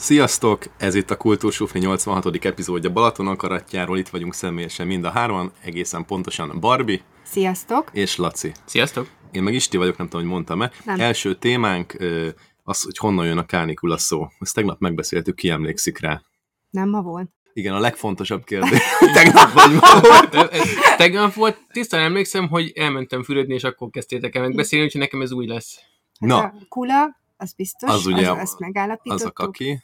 Sziasztok! Ez itt a Kultúrsufni 86. epizódja Balaton akaratjáról. Itt vagyunk személyesen mind a hárman, egészen pontosan Barbie. Sziasztok! És Laci. Sziasztok! Én meg Isti vagyok, nem tudom, hogy mondtam-e. Nem. Első témánk az, hogy honnan jön a kánikula szó. Ezt tegnap megbeszéltük, ki emlékszik rá. Nem ma volt. Igen, a legfontosabb kérdés. Tegnap vagy ma volt. Tegnap volt, tisztán emlékszem, hogy elmentem fürödni, és akkor kezdtétek el megbeszélni, úgyhogy nekem ez új lesz. Na, A kula, az biztos, az ugye azt megállapítottuk. az a kaki.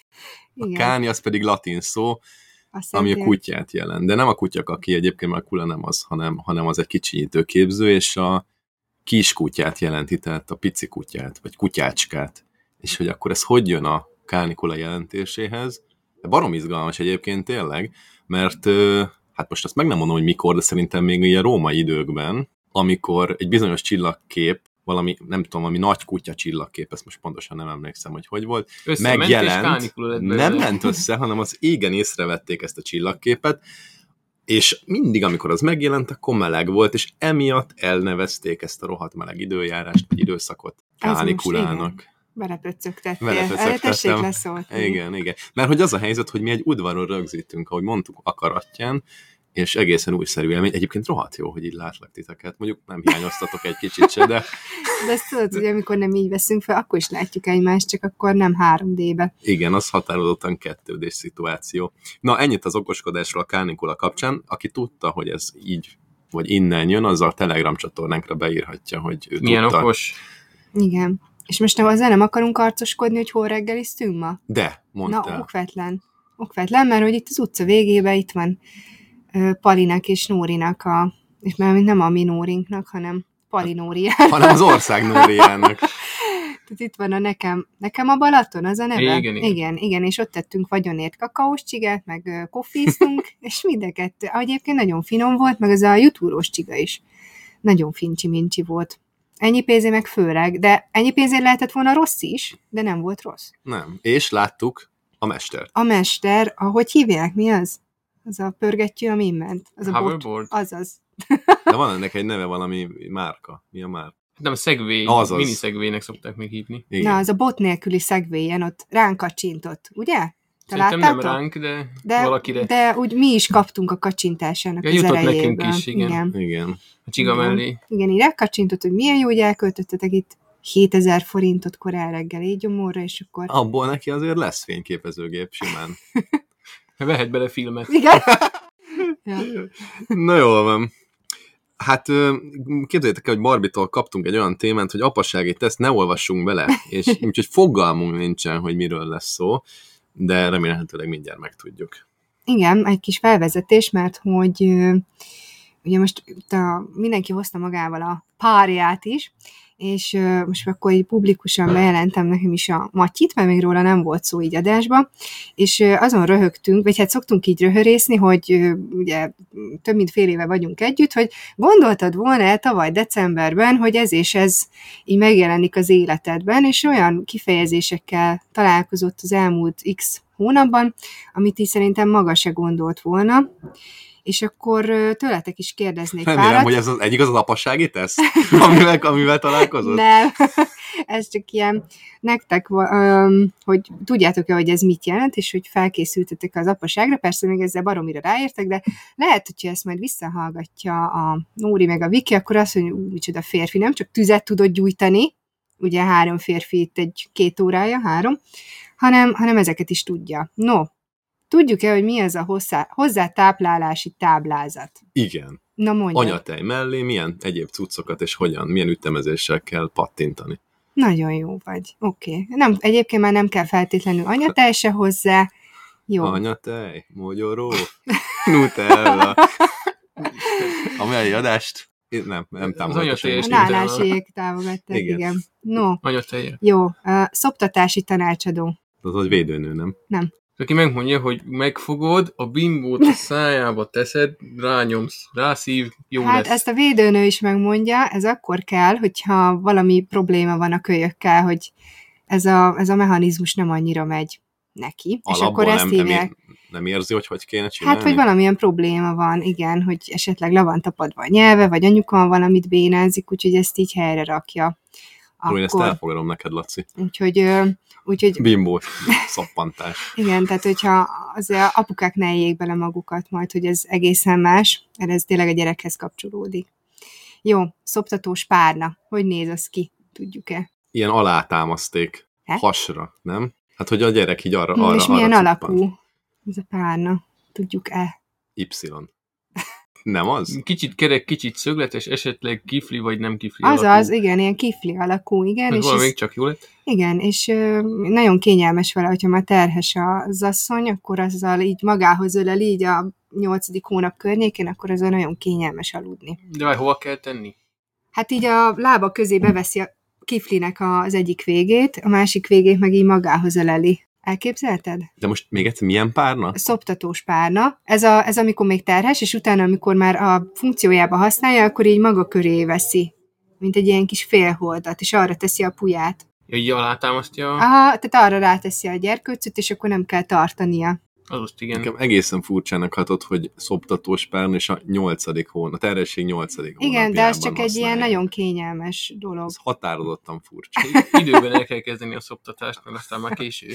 A Igen. káni az pedig latin szó, Azt ami a jelenti, kutyát jelent. De nem a kutyakaki egyébként, mert a kula nem az, hanem az egy kicsinyítőképző, és a kiskutyát jelenti, tehát a pici kutyát, vagy kutyácskát. És hogy akkor ez hogy jön a kánikula jelentéséhez? De barom izgalmas egyébként tényleg, mert hát most azt meg nem mondom, hogy mikor, de szerintem még ilyen római időkben, amikor egy bizonyos csillagkép, valami, nem tudom, valami nagy kutya csillagkép, ezt most pontosan nem emlékszem, hogy volt, Összement, megjelent, és kánikula lett belőle. nem ment össze, hanem az égen észrevették ezt a csillagképet, és mindig, amikor az megjelent, akkor meleg volt, és emiatt elnevezték ezt a rohadt meleg időjárást, vagy időszakot Ez most, kánikulának. Belepöccögtettél. Belepöccögtettem. Tessék leszólni. Igen. Mert hogy az a helyzet, hogy mi egy udvaron rögzítünk, ahogy mondtuk, akaratján, és egészen újszerű élmény. Egyébként rohadt jó, hogy így látlak titeket. Mondjuk nem hiányoztatok egy kicsit se, de De ezt tudod, hogy amikor nem így veszünk fel, akkor is látjuk egymást, csak akkor nem 3D-be. igen, az határozottan 2D-s szituáció. Na, ennyit az okoskodásról a kánikula kapcsán. Aki tudta, hogy ez így, vagy innen jön, az a Telegram csatornánkra beírhatja, hogy ő Milyen tudta. okos. Igen. És most azzal nem akarunk arcoskodni, hogy hol reggeliztünk ma? De, mondtál. Na, okvetlen, mert hogy itt az utca végében itt van Palinak és Nórinak és már nem a mi Nórinknak, hanem Pali Nóriának. Hanem az ország Nóriának. Tehát itt van a nekem a Balaton, az a neve? Igen. És ott tettünk vagyonért kakaós csigát, meg koffíztunk, és mind a kettő. Egyébként nagyon finom volt, meg az a jutúrós csiga is. Nagyon fincsi-mincsi volt. Ennyi pénzé meg főleg, de ennyi pénzért lehetett volna rossz is, de nem volt rossz. Nem. És láttuk a mestert. A mester, ahogy hívják, mi az? Az a pörgettyű, ami ment. Az a Hoverboard? Azaz. De van ennek egy neve, valami márka. Mi a márka? Nem, a Segway, Azaz. mini Segwaynek szokták még hívni. Igen. Na, az a bot nélküli Segwayen ott ránk kacsintott, ugye? Te Szerintem láttátok? nem ránk, de valakire. De úgy mi is kaptunk a kacsintásának Ja, az jutott erejéből. nekünk is, igen. Igen. A csiga mellé. Igen, így rákacsintott, hogy milyen jó, hogy elköltöttetek itt 7000 forintot korán reggel éjgyomorra, és akkor... Abból neki azért lesz fényképezőgép simán. Vehet bele filmet. Igen? Ja. Na jól van. Hát képzeljétek el, hogy Barbitól kaptunk egy olyan témát, hogy apassági teszt, ne olvassunk bele, és úgyhogy fogalmunk nincsen, hogy miről lesz szó, de remélhetőleg mindjárt megtudjuk. Igen, egy kis felvezetés, mert hogy ugye most itt mindenki hozta magával a párját is, és most akkor így publikusan bejelentem nekem is a Matyit, mert még róla nem volt szó így adásban, és azon röhögtünk, vagy hát szoktunk így röhörészni, hogy ugye több mint fél éve vagyunk együtt, hogy gondoltad volna tavaly decemberben, hogy ez és ez így megjelenik az életedben, és olyan kifejezésekkel találkozott az elmúlt x hónapban, amit így szerintem maga se gondolt volna, és akkor tőletek is kérdeznék Remélem, párat. hogy ez az egyik az apassági teszt, amivel találkozott? Nem, ez csak ilyen nektek, hogy tudjátok-e, hogy ez mit jelent, és hogy felkészültetek az apaságra, persze még ezzel baromira ráértek, de lehet, hogyha ezt majd visszahallgatja a Nóri meg a Viki, akkor azt mondja, micsoda férfi, nem csak tüzet tudod gyújtani, ugye 3 férfi itt egy 2 órája, 3, hanem ezeket is tudja. No, tudjuk-e, hogy mi ez a hozzátáplálási táblázat? Igen. Na mondjad. Anyatej mellé milyen egyéb cuccokat és hogyan, milyen ütemezéssel kell pattintani. Nagyon jó vagy. Oké. Nem, egyébként már nem kell feltétlenül anyatej se hozzá. Jó. Anyatej, mogyoró, nutella. A mely adást? Nem Az támogatom. anyatej A nálásiek támogatták, igen. No, Anyatejjel. jó. Szoptatási tanácsadó. Az egy védőnő, nem? Nem. Aki megmondja, hogy megfogod, a bimbót a szájába teszed, rányomsz, rászív, jó Hát lesz. ezt a védőnő is megmondja, ez akkor kell, hogyha valami probléma van a kölyökkel, hogy ez a mechanizmus nem annyira megy neki. És akkor ezt hívják. Nem érzi, hogy kéne csinálni? Hát, hogy valamilyen probléma van, igen, hogy esetleg le van tapadva a nyelve, vagy anyuka valamit bénázik, úgyhogy ezt így helyre rakja Én ezt akkor... elfogadom neked, Laci. Úgyhogy Bimbó szappantás. igen, tehát hogyha azért apukák ne éljék bele magukat majd, hogy ez egészen más, mert ez tényleg a gyerekhez kapcsolódik. Jó, szoptatós párna. Hogy néz az ki? Tudjuk-e? Ilyen alátámaszték hasra, nem? Hát, hogy a gyerek így arra és milyen arra alakú ez a párna? Tudjuk-e? Y. Nem az? Kicsit kerek, kicsit szögletes, esetleg kifli, vagy nem kifli Azaz, alakú. igen, ilyen kifli alakú, igen. Ez És valami még csak jó lett. igen, és nagyon kényelmes vele, hogyha már terhes az asszony, akkor azzal így magához ölel így a 8. hónap környékén, akkor azzal nagyon kényelmes aludni. De vagy hova kell tenni? Hát így a lába közé beveszi a kiflinek az egyik végét, a másik végét meg így magához öleli. Elképzelted? De most még egyszer milyen párna? Szoptatós párna. Ez amikor még terhes, és utána, amikor már a funkciójába használja, akkor így maga köré veszi, mint egy ilyen kis félholdat, és arra teszi a puját. Ja, így alátámasztja. Aha, tehát arra ráteszi a gyerkőcöt, és akkor nem kell tartania. Az azt igen. Nekem egészen furcsának hatott, hogy szoptatós párna, és a 8. hónap, a terhesség 8. hónapjában Igen, de az csak egy használják. ilyen nagyon kényelmes dolog. Ez határozottan furcsa. Időben el kell kezdeni a szoptatást, mert aztán már késő.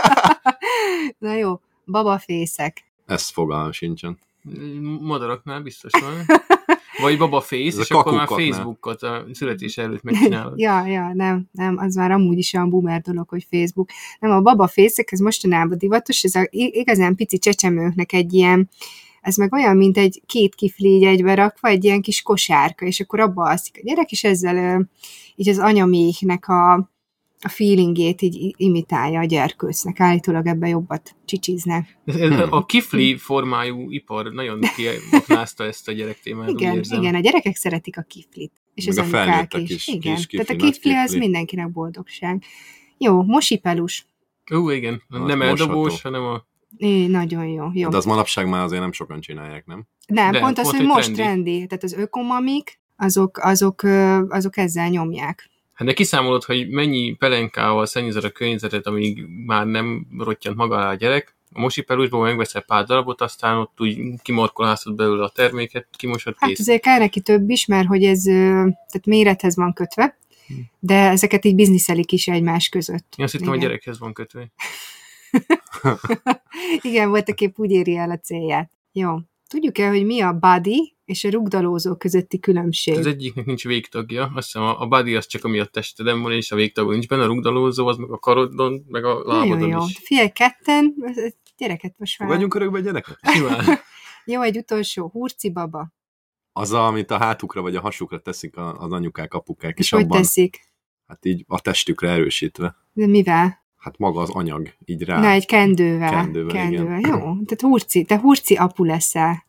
Na jó, babafészek. Ez fogalmam sincsen. Madaraknál biztos van. Vagy babafész, Ez és a akkor már kakukoknál. Facebookot a születés előtt megcsinálod. Ja, nem, az már amúgy is olyan boomer dolog, hogy Facebook. Nem, a babafészek, ez mostanában divatos, ez a igazán pici csecsemőknek egy ilyen, ez meg olyan, mint egy 2 kifli így egybe rakva, egy ilyen kis kosárka, és akkor abba alszik a gyerek, és ezzel így az anyaméhnek a feelingét így imitálja a gyerkőcnek. Állítólag ebben jobbat csicsiznek. A kifli formájú ipar nagyon kiaknázta ezt a gyerek-témát, úgy érzem. Igen, a gyerekek szeretik a kiflit. És Meg az a anyukák felnőttek is. is. Igen, Kis kifli, tehát a nagy kifli az kifli. mindenkinek boldogság. Jó, mosipelus. Igen, Az nem eldobós, mosható. hanem a... Nagyon jó. De az manapság már azért nem sokan csinálják, nem? Nem, De, pont az, pont, hogy hogy most trendi. trendi. Tehát az ökomamik, azok ezzel nyomják. Hát de kiszámolod, hogy mennyi pelenkával szennyezed a környezetet, amíg már nem rottyant maga alá a gyerek. A mosipelúsból megveszel pár darabot, aztán ott úgy kimorkolászod belőle a terméket, kimosod, Hát kész. azért kell neki több is, mert hogy ez tehát mérethez van kötve, de ezeket így bizniszelik is egymás között. Én azt hittem, Igen. a gyerekhez van kötve. Igen, volt, épp úgy éri el a célját. Jó. Tudjuk-e, hogy mi a body és a rugdalózó közötti különbség? Az egyiknek nincs végtagja, azt hiszem a body az csak ami a testeden van, és a végtagon nincs benne, a rugdalózó az meg a karodon, meg a Nagyon lábadon jó. is. Figyelj, ketten, gyereket most már. Fogadjunk örökbe a gyereket? Simán. Jó, egy utolsó, hurci baba. Az, amit a hátukra vagy a hasukra teszik az anyukák, apukák, és Hogy abban, teszik? hát így a testükre erősítve. De mivel? Hát maga az anyag, így rá. Na, egy kendővel. Kendővel, igen. Jó, tehát te hurci apu leszel.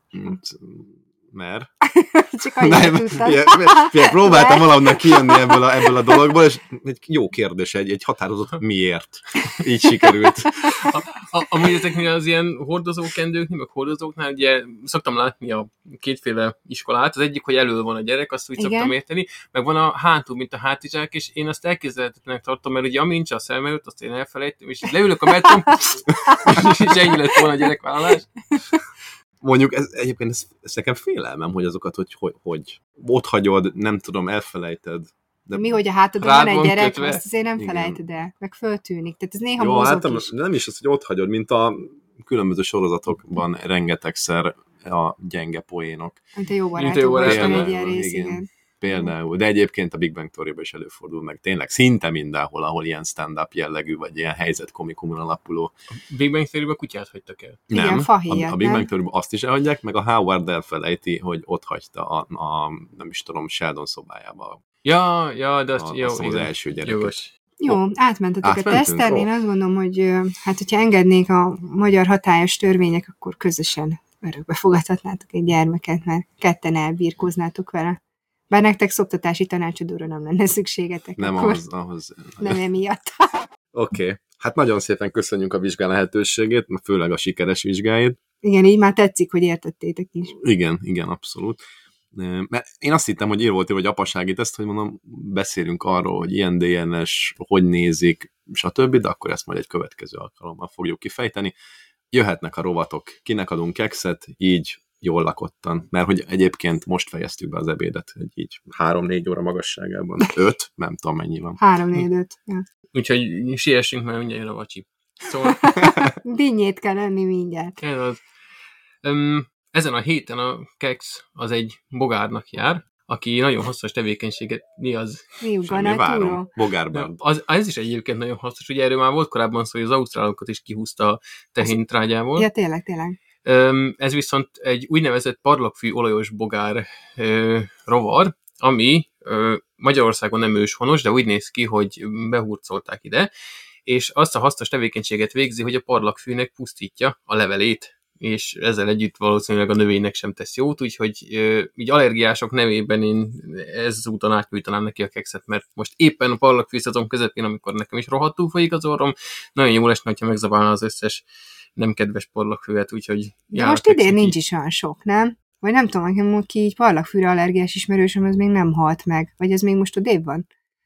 Mert? Csak annyit Nem, tudtam. próbáltam valahonnan kijönni ebből a dologból, és egy jó kérdés, egy határozott miért. Így sikerült. Amúgy ezeknél az ilyen hordozókendőknél, meg hordozóknál ugye szoktam látni a kétféle iskolát. Az egyik, hogy elől van a gyerek, azt úgy Igen. szoktam érteni, meg van a hátul, mint a hátizsák, és én azt elképzelhetetlenek tartom, mert ugye ami nincs a szem előtt, azt én elfelejtem, és leülök a metron, és ennyi lett volna a gyerekvállalás. Mondjuk egyébként ez nekem félelmem, hogy azokat, hogy ott hagyod, nem tudom, elfelejted. De Mi, hogy a hátadon Rád van egy van gyerek, kötve. azt azért nem Igen. felejted el, meg föltűnik. Tehát ez néha jó, mozog hát is. nem is az, hogy ott hagyod, mint a különböző rengetegszer a gyenge poénok. Mint a jó Mint a jó barátokban is van barátokban, egy ilyen rész, igen. igen. Például, de egyébként a Big Bang Theory-ban is előfordul meg tényleg szinte mindenhol, ahol ilyen stand-up jellegű, vagy ilyen helyzetkomikumon alapuló. Big Bang Theory-ben kutyát hagytak el. Igen, Nem, fahéjat, a Big nem? Bang Theory-ban azt is elhagyják, meg a Howard elfelejti, hogy ott hagyta a nem is tudom, Sheldon szobájába Ja, de azt, azt jó, hiszem az igen. első gyereket. Jogos. Jó, átmentetek a Átmentünk? teszten. Én Ó. azt gondolom, hogy hát, hogyha engednék a magyar hatályos törvények, akkor közösen örökbe fogadhatnátok egy gyermeket, mert ketten elbírkoznátok vele. Bár nektek szoptatási tanácsadóra nem lenne szükségetek. Nem akkor ahhoz. nem emiatt. Oké. Hát nagyon szépen köszönjük a vizsgál lehetőségét, főleg a sikeres vizsgáit. Igen, így már tetszik, hogy értettétek is. Igen, abszolút. Mert én azt hittem, hogy volt hogy apasági teszt, hogy mondom, beszélünk arról, hogy ilyen DNS, hogy nézik, stb., de akkor ezt majd egy következő alkalommal fogjuk kifejteni. Jöhetnek a rovatok, kinek adunk kekszet, így jól lakottan. Mert hogy egyébként most fejeztük be az ebédet, hogy így 3-4 óra magasságában. 5, nem tudom mennyi van. 3-4-5. Ja. Úgyhogy siessünk, mert mindjárt jön a vacsi. Szóval... Dinnyét kell enni mindjárt. Ez az. Ezen a héten a Kex az egy bogárnak jár, aki nagyon hasznos tevékenységet... Mi az? Semmi, várom. Bogárban. Ez is egyébként nagyon hasznos. Ugye erről már volt korábban szó, hogy az ausztrálokat is kihúzta a tehéntrágyából. Ja, tényleg. Ez viszont egy úgynevezett parlagfű olajos bogár rovar, ami Magyarországon nem őshonos, de úgy néz ki, hogy behurcolták ide, és azt a hasznos tevékenységet végzi, hogy a parlagfűnek pusztítja a levelét, és ezzel együtt valószínűleg a növénynek sem tesz jót, úgyhogy így allergiások nevében én ezúton átnyújtanám neki a kekszet, mert most éppen a parlagfű szezon közepén, amikor nekem is rohadtul folyik az orrom, nagyon jó lesne, ha megzavarna az összes nem kedves parlagfűvet, úgyhogy... De most idén nincs is olyan sok, nem? Vagy nem tudom, nekem, aki így parlagfűre allergiás ismerősöm, ez még nem halt meg. Vagy ez még most odébb van?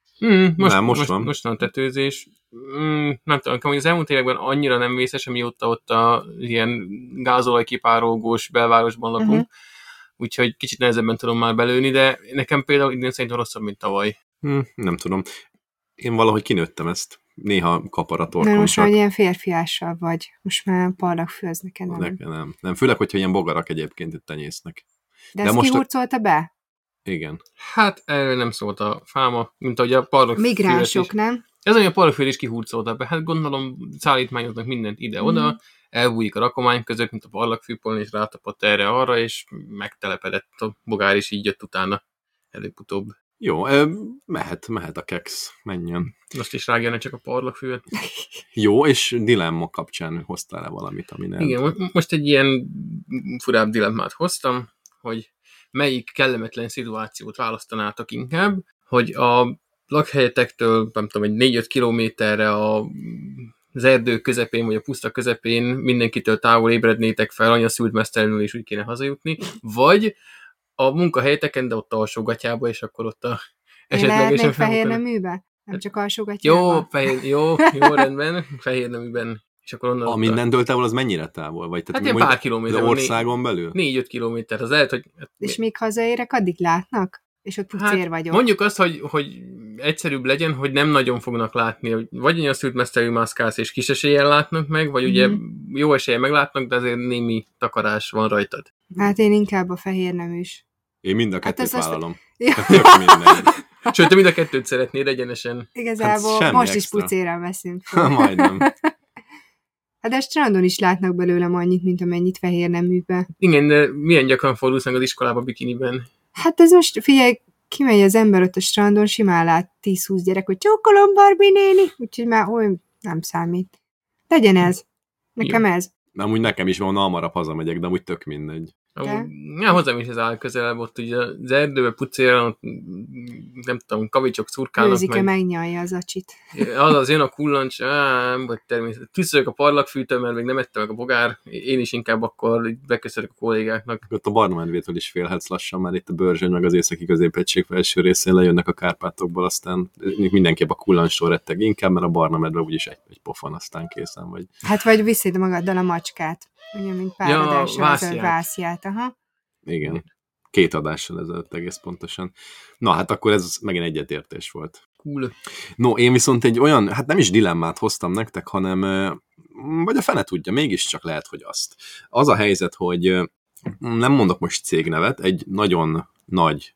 Most van. Most van a tetőzés. Nem tudom, hogy az elmúlt években annyira nem vészes, amióta ott a ilyen gázolajkipárolgós belvárosban lakunk. Úgyhogy kicsit nehezebben tudom már belőni, de nekem például idén szerintem rosszabb, mint tavaly. Nem tudom. Én valahogy kinőttem ezt. Néha kapar a torkom. De most már ilyen férfiással vagy. Most már parlagfű, ez nekem nem. Nem. Főleg, hogyha ilyen bogarak egyébként itt tenyésznek. De ezt kihurcolta be? Igen. Hát erről nem szólt a fáma, mint ahogy a parlagfű. Migránsok, nem? Ez olyan parlagfű is kihurcolta be. Hát gondolom szállítmányoznak mindent ide-oda, elbújik a rakomány között, mint a parlagfűpollen, és rátapadt erre-arra, és megtelepedett a bogár, és így jött utána előbb-utóbb. Jó, mehet a Kex, menjen. Most is rágjön csak a parlagfűvet. Jó, és dilemma kapcsán hoztál-e valamit, ami nem... Igen, most egy ilyen furább dilemmát hoztam, hogy melyik kellemetlen szituációt választanátok inkább, hogy a lakhelyetektől, nem tudom, egy 4-5 kilométerre az erdő közepén, vagy a puszta közepén mindenkitől távol ébrednétek fel, anya szült mesztelenül, és úgy kéne hazajutni, vagy a munkahelyeteken, de ott alsógatyába, és akkor ott a esetlegesen fehér neműbe? Nem csak alsógatyába? Jó, rendben, fehér neműben. És akkor onnan a mindentől távol az mennyire távol? Vagy, hát ilyen pár kilométer. Országon belül? 4-5 kilométer. Az lehet, hogy... És még hazaérek, addig látnak? És ott pucér vagyok. Mondjuk azt, hogy egyszerűbb legyen, hogy nem nagyon fognak látni. Vagy olyan szült mesztelű mászkálsz, és kis eséllyel látnak meg, vagy ugye jó eséllyel meglátnak, de azért némi takarás van rajtad. Hát én inkább a fehér neműs. Én mind a kettőt vállalom. Sőt, te mind a kettőt szeretnéd egyenesen. Igazából hát most is pucérrel veszünk fel. Majdnem. Hát de a strandon is látnak belőlem annyit, mint amennyit fehér neműbe. Igen, de milyen gyakran fordulsz meg az iskolába bikiniben? Hát ez most, figyelj, kimegy az ember ott a strandon, simán lát 10-20 gyerek, hogy csókolom, Barbie néni, úgyhogy már nem számít. Legyen ez. Nekem ez. Amúgy nekem is van, hamarabb hazamegyek, de amúgy tök mindegy. Ja, hozzám is ez áll közelebb, ott ugye az erdőbe pucéran, nem tudom, kavicsok szurkálnak. Őzike megnyalja az acsit. Az jön a kullancs, vagy természetesen. Tüsszölök a parlagfűtől, mert még nem ettem meg a bogár. Én is inkább akkor beköszönök a kollégáknak. Ott a barna medvétől is félhetsz lassan, mert itt a Börzsöny meg az északi középegység felső részén lejönnek a Kárpátokból, aztán mindenképp a kullancsról retteg inkább, mert a barna medve úgyis egy pofon, aztán készen vagy. Hát vagy viszed magaddal a macskát. Ugye, mint pár adással vászját. Aha. Igen. 2 adással ezelőtt egész pontosan. Na, hát akkor ez megint egyetértés volt. Cool. No, én viszont egy olyan, hát nem is dilemmát hoztam nektek, hanem vagy a fene tudja, mégiscsak lehet, hogy azt. Az a helyzet, hogy nem mondok most cégnevet, egy nagyon nagy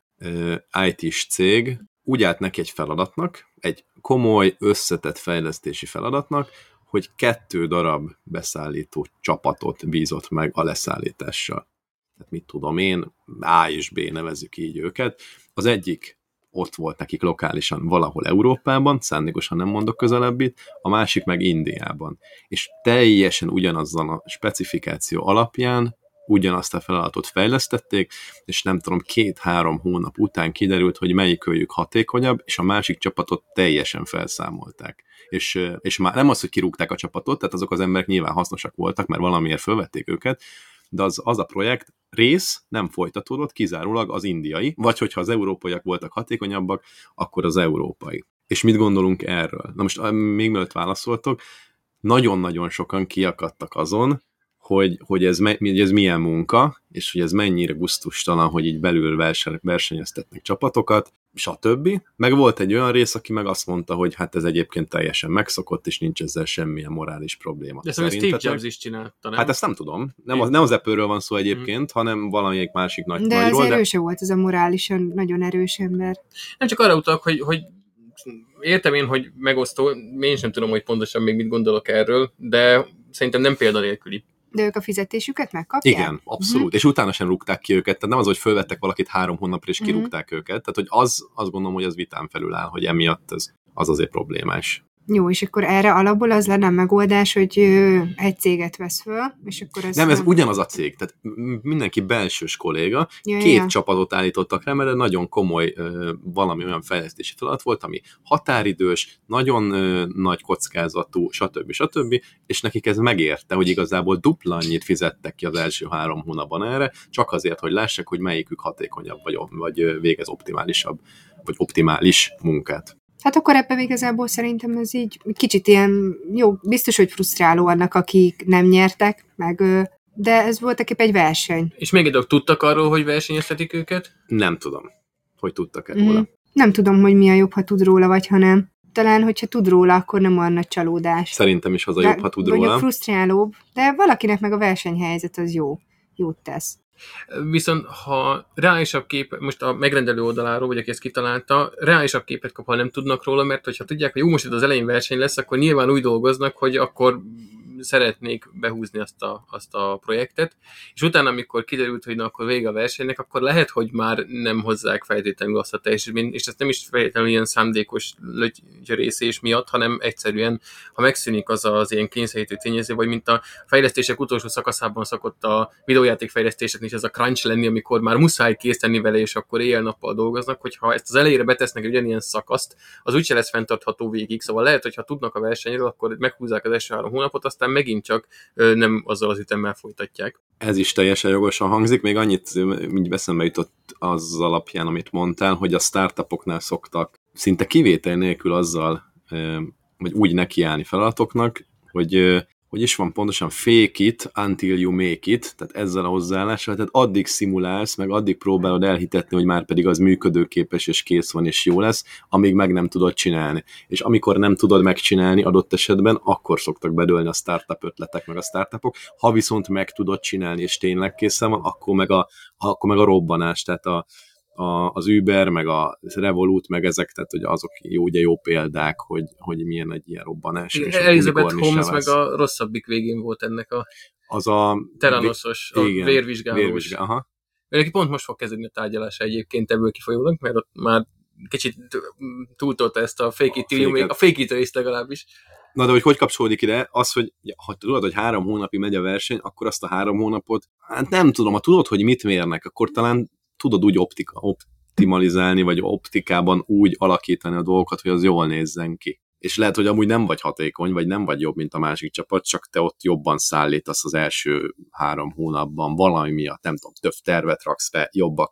IT-s cég úgy állt neki egy feladatnak, egy komoly, összetett fejlesztési feladatnak, hogy 2 darab beszállító csapatot bízott meg a leszállítással. Tehát mit tudom én, A és B nevezzük így őket. Az egyik ott volt nekik lokálisan valahol Európában, szándékosan nem mondok közelebbit, a másik meg Indiában. És teljesen ugyanazzal a specifikáció alapján ugyanazt a feladatot fejlesztették, és nem tudom, 2-3 hónap után kiderült, hogy melyikőjük hatékonyabb, és a másik csapatot teljesen felszámolták. És már nem az, hogy kirúgták a csapatot, tehát azok az emberek nyilván hasznosak voltak, mert valamiért fölvették őket, de az a projekt rész nem folytatódott, kizárólag az indiai, vagy hogyha az európaiak voltak hatékonyabbak, akkor az európai. És mit gondolunk erről? Na most még mielőtt válaszoltok, nagyon-nagyon sokan kiakadtak azon, hogy ez milyen munka, és hogy ez mennyire gusztustalan, hogy így belül versenyeztetnek csapatokat, stb. Meg volt egy olyan rész, aki meg azt mondta, hogy hát ez egyébként teljesen megszokott, és nincs ezzel semmilyen morális probléma. De szóval Steve Jobs is csinálta, nem? Hát ezt nem tudom. Nem az Apple-ről van szó egyébként, hanem valamelyik másik nagyról. De az erőse volt, ez a morálisan nagyon erős ember. Nem csak arra utalok, hogy értem én, hogy megosztó, én sem tudom, hogy pontosan még mit gondolok erről, de szerintem nem példanélküli. De ők a fizetésüket megkapják? Igen, abszolút. És utána sem rúgták ki őket, tehát nem az, hogy fölvettek valakit 3 hónapra, és kirúgták őket. Tehát, hogy azt gondolom, hogy az vitán felül áll, hogy emiatt az azért problémás. Jó, és akkor erre alapból az lenne a megoldás, hogy egy céget vesz föl, és akkor Nem, ez ugyanaz a cég, tehát mindenki belsős kolléga, két csapatot állítottak rá, mert nagyon komoly valami olyan fejlesztési feladat volt, ami határidős, nagyon nagy kockázatú, stb. És nekik ez megérte, hogy igazából dupla annyit fizettek ki az első 3 hónapban erre, csak azért, hogy lássák, hogy melyikük hatékonyabb, vagy végez optimálisabb, vagy optimális munkát. Hát akkor ebben igazából szerintem ez így kicsit ilyen, jó, biztos, hogy frusztráló annak, akik nem nyertek, de ez voltak épp egy verseny. És még egy dolog, tudtak arról, hogy versenyeztetik őket? Nem tudom, hogy tudtak róla. Nem tudom, hogy mi a jobb, ha tud róla, vagy ha nem. Talán, hogyha tud róla, akkor nem olyan nagy csalódás. Szerintem is az a jobb, ha tud róla. Vagy frusztrálóbb, de valakinek meg a versenyhelyzet az jót tesz. Viszont ha reálisabb kép, most a megrendelő oldaláról, vagy aki ezt kitalálta, reálisabb képet kap, ha nem tudnak róla, mert hogyha tudják, hogy jó, most itt az elején verseny lesz, akkor nyilván úgy dolgoznak, hogy akkor szeretnék behúzni azt a projektet, és utána, amikor kiderült, hogy na, akkor vége a versenynek, akkor lehet, hogy már nem hozzák feltétlenül azt a teljesítményt, és ez nem is feltétlenül ilyen szándékos lötyörészés miatt, hanem egyszerűen, ha megszűnik az ilyen kényszerítő tényező, vagy mint a fejlesztések utolsó szakaszában szokott a videójáték fejlesztéseknél is ez a crunch lenni, amikor már muszáj kész tenni vele, és akkor éjjel-nappal dolgoznak, hogyha ezt az elejére betesznek egy ugyanilyen szakaszt, az úgyse lesz fenntartható végig. Szóval lehet, hogy ha tudnak a versenyről, akkor meghúzzák az első 3 hónapot, aztán megint csak nem azzal az ütemmel folytatják. Ez is teljesen jogosan hangzik, még annyit így eszembe jutott az alapján, amit mondtál, hogy a startupoknál szoktak szinte kivétel nélkül azzal, vagy úgy nekiállni feladatoknak, hogy is van pontosan fake it until you make it, tehát ezzel a hozzáállással, tehát addig szimulálsz, meg addig próbálod elhitetni, hogy már pedig az működőképes és kész van és jó lesz, amíg meg nem tudod csinálni. És amikor nem tudod megcsinálni adott esetben, akkor szoktak bedőlni a startup ötletek, meg a startupok. Ha viszont meg tudod csinálni, és tényleg készen van, akkor meg a robbanás, tehát az Uber, meg a Revolut, meg ezek, tehát hogy azok jó példák, hogy milyen egy ilyen robbanás. Elizabeth Holmes meg a rosszabbik végén volt ennek az a Teranosos, a vérvizsgálós. Aha. Neki pont most fog kezdeni a tárgyalása egyébként ebből kifolyólag, mert ott már kicsit túltolta ezt a fake it részt legalábbis. Na de hogy kapcsolódik ide? Az, hogy ha tudod, hogy 3 hónapig megy a verseny, akkor azt a 3 hónapot, hát nem tudom, ha tudod, hogy mit mérnek, akkor talán tudod úgy optimalizálni, vagy optikában úgy alakítani a dolgokat, hogy az jól nézzen ki. És lehet, hogy amúgy nem vagy hatékony, vagy nem vagy jobb, mint a másik csapat, csak te ott jobban szállítasz az első 3 hónapban valami miatt, nem tudom, több tervet raksz fel, jobbak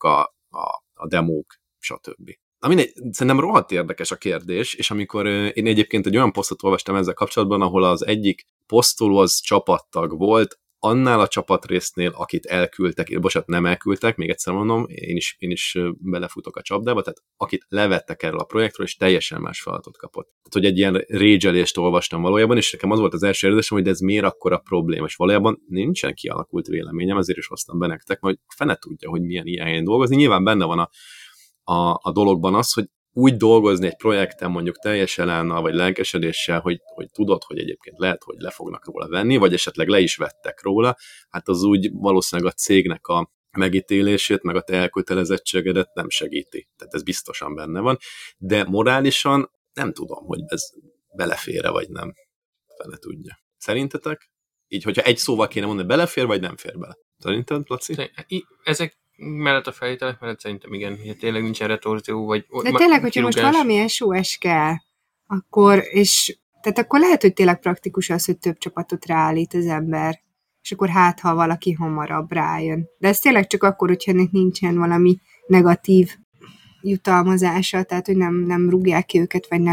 a demók, stb. Na mindegy, szerintem rohadt érdekes a kérdés, és amikor én egyébként egy olyan posztot olvastam ezzel kapcsolatban, ahol az egyik posztoló az csapattag volt, annál a csapatrésznél, akit elküldtek, nem elküldtek, még egyszer mondom, én is belefutok a csapdába, tehát akit levettek erről a projektről, és teljesen más feladatot kapott. Tehát, hogy egy ilyen rage-elést olvastam valójában, és nekem az volt az első érzésem, hogy ez miért akkora probléma, és valójában nincsen kialakult véleményem, ezért is hoztam be nektek, mert fene tudja, hogy milyen ilyen helyen dolgozni. Nyilván benne van a dologban az, hogy úgy dolgozni egy projekten mondjuk teljes elánnal, vagy lelkesedéssel, hogy tudod, hogy egyébként lehet, hogy le fognak róla venni, vagy esetleg le is vettek róla, hát az úgy valószínűleg a cégnek a megítélését, meg a te elkötelezettségedet nem segíti. Tehát ez biztosan benne van. De morálisan nem tudom, hogy ez belefér-e, vagy nem. Fele tudja. Szerintetek? Így, hogyha egy szóval kéne mondani, belefér, vagy nem fér bele? Szerinted, Laci? Ezek mellett a feltételek mellett szerintem igen, hogy tényleg nincsen retorzió, vagy... De tényleg, hogyha most valami SOS kell, akkor lehet, hogy tényleg praktikus az, hogy több csapatot ráállít az ember, és akkor ha valaki hamarabb rájön. De ez tényleg csak akkor, hogyha ennek nincsen valami negatív jutalmazása, tehát, hogy nem rúgják ki őket, vagy nem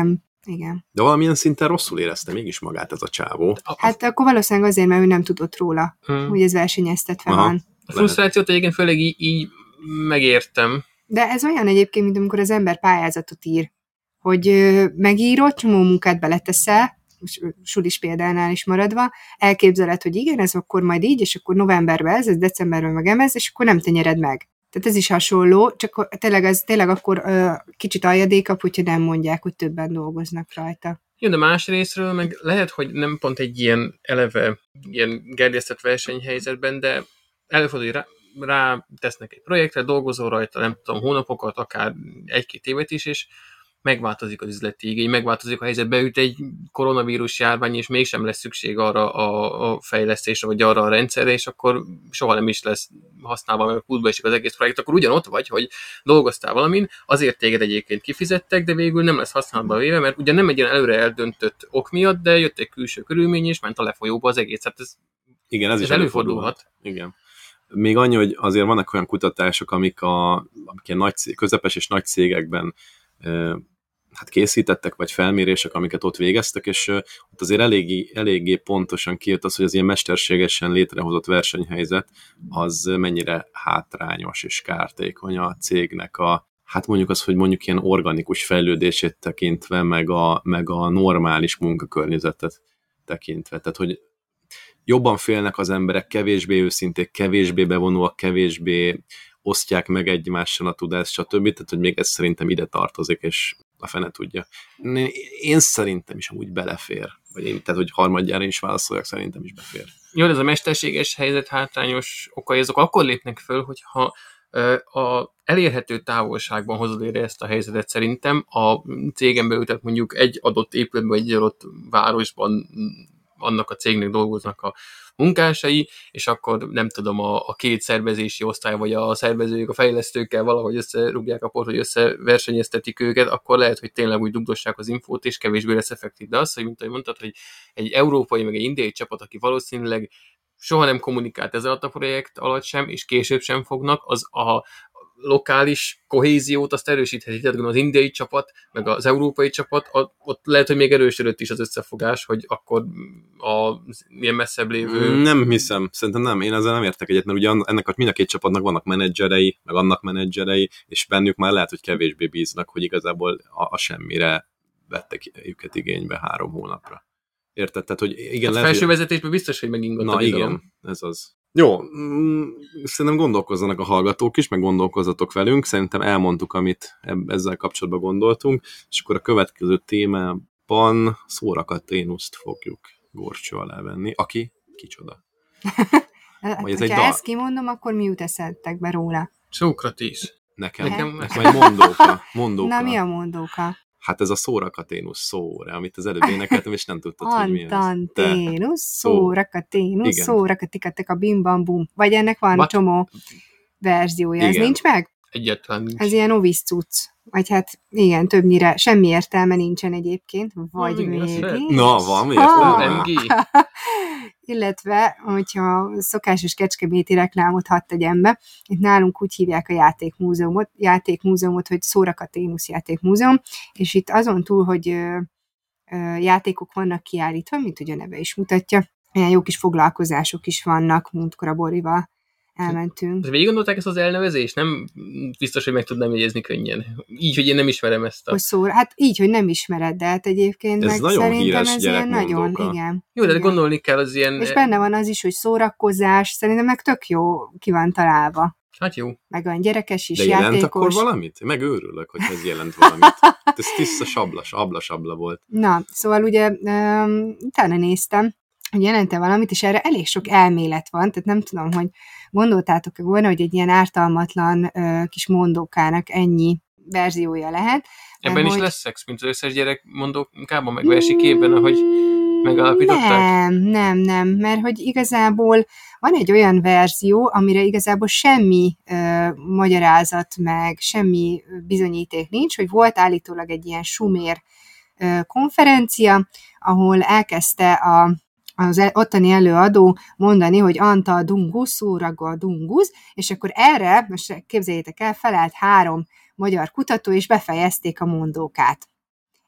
Igen. De valamilyen szinten rosszul érezte mégis magát ez a csávó. Hát akkor valószínűleg azért, mert ő nem tudott róla, hogy ez versenyeztetve van. A frusztrációt egyébként főleg így megértem. De ez olyan egyébként, mint amikor az ember pályázatot ír, hogy megírod, csomó munkát beleteszel, sulis példánál is maradva, elképzeled, hogy igen, ez akkor majd így, és akkor novemberben ez decemberben meg ez, és akkor nem tenyered meg. Tehát ez is hasonló, csak tényleg akkor kicsit aljadékabb, hogyha nem mondják, hogy többen dolgoznak rajta. Jó, de más részről meg lehet, hogy nem pont egy ilyen eleve, ilyen gerjesztett versenyhelyzetben, de előfordul, hogy rá tesznek egy projektre, dolgozol rajta, nem tudom, hónapokat, akár 1-2 évet is, és megváltozik az üzleti igény, megváltozik a helyzet, beüt egy koronavírus járvány, és mégsem lesz szükség arra a fejlesztésre, vagy arra a rendszerre, és akkor soha nem is lesz használva, mert kútba esik az egész projekt, akkor ugyanott vagy, hogy dolgoztál valamin, azért téged egyébként kifizettek, de végül nem lesz használatba véve, mert ugye nem egy ilyen előre eldöntött ok miatt, de jött egy külső körülmény, és ment a lefolyóba az egész. Hát igen, ez is előfordulhat. Igen. Még annyi, hogy azért vannak olyan kutatások, amik ilyen közepes és nagy cégekben hát készítettek, vagy felmérések, amiket ott végeztek, és ott azért eléggé pontosan kijött az, hogy az ilyen mesterségesen létrehozott versenyhelyzet az mennyire hátrányos és kártékony a cégnek hát mondjuk az, hogy mondjuk ilyen organikus fejlődését tekintve, meg a normális munkakörnyezetet tekintve. Tehát, hogy jobban félnek az emberek, kevésbé őszinték, kevésbé bevonóak, kevésbé osztják meg egymással a tudást, stb. Tehát, hogy még ez szerintem ide tartozik, és a fene tudja. Én szerintem is amúgy belefér. Tehát, hogy harmadjára is válaszoljak, szerintem is befér. Jó, ez a mesterséges helyzet hátrányos okai, azok akkor lépnek föl, hogyha a elérhető távolságban hozod érre ezt a helyzetet szerintem. A cégen belül, tehát mondjuk egy adott épületben, egy adott városban annak a cégnek dolgoznak a munkásai, és akkor nem tudom, a két szervezési osztály, vagy a szervezők, a fejlesztőkkel valahogy összerúgják a port, hogy összeversenyeztetik őket, akkor lehet, hogy tényleg úgy dugdossák az infót, és kevésbé lesz effektív. De az, hogy mint ahogy mondtad, hogy egy európai, meg egy indiai csapat, aki valószínűleg soha nem kommunikált ezzel a projekt alatt sem, és később sem fognak, az a lokális kohéziót azt erősítheti. Tehát az indiai csapat, meg az európai csapat, ott lehet, hogy még erősödött is az összefogás, hogy akkor a ilyen messzebb lévő... Nem hiszem, szerintem nem. Én ezzel nem értek egyet, mert ugye ennek mind a két csapatnak vannak menedzserei, meg annak menedzserei, és bennük már lehet, hogy kevésbé bíznak, hogy igazából a semmire vettek őket igénybe 3 hónapra. Érted? Tehát, hogy igen, hát felső vezetésben biztos, hogy megingott a bizalom. Igen, ez az. Jó, szerintem gondolkozzanak a hallgatók is, meg gondolkozzatok velünk, szerintem elmondtuk, amit ezzel kapcsolatban gondoltunk, és akkor a következő témában Szóracaténuszt fogjuk górcső alá venni. Aki? Kicsoda? Vagy ez egy dal? Ezt kimondom, akkor mi jut eszedtekbe róla? Szókratész. Nekem egy mondóka. Na, mi a mondóka? Hát ez a Szóracaténusz szóra, amit az előbb énekeltem, és nem tudtad, hogy mi ez. Antanténusz, Szóracaténusz, Szórakatikatika bim bam bum. Vagy ennek van csomó verziója. Igen. Ez nincs meg? Egyáltalán nincs. Ez ilyen novice cucc. Vagy hát igen, többnyire semmi értelme nincsen egyébként. Vagy mégis. Na, van értelme. Illetve, hogyha szokásos kecskeméti reklámot hadd tegyem be, itt nálunk úgy hívják a játékmúzeumot, hogy Szóracaténusz játékmúzeum, és itt azon túl, hogy játékok vannak kiállítva, mint ugye a neve is mutatja, ilyen jó kis foglalkozások is vannak, múltkor a Borival elmentünk. Végig gondolták ezt az elnevezést? Nem biztos, hogy meg tudnám jegyezni könnyen. Így, hogy én nem ismerem ezt a... Hát így, hogy nem ismered, de hát egyébként ez meg nagyon szerintem ez ilyen nagyon, igen. Jó, de gondolni kell az ilyen... És benne van az is, hogy szórakozás, szerintem meg tök jó ki van találva. Hát jó. Meg olyan gyerekes is, de játékos. De jelent akkor valamit? Megőrülök, hogy ez jelent valamit. Ez tiszta sabla volt. Na, szóval ugye utána néztem, hogy jelente valamit, és erre elég sok elmélet van, tehát nem tudom, hogy gondoltátok-e volna, hogy egy ilyen ártalmatlan kis mondókának ennyi verziója lehet. Ebben is lesz szex, mint az összes gyerek mondókában, meg versikében, ahogy megállapították? Nem, mert hogy igazából van egy olyan verzió, amire igazából semmi magyarázat, meg semmi bizonyíték nincs, hogy volt állítólag egy ilyen sumér konferencia, ahol elkezdte az ottani előadó mondani, hogy Anta Dungus, Szóraga Dungus, és akkor erre, most képzeljétek el, felállt 3 magyar kutató, és befejezték a mondókát.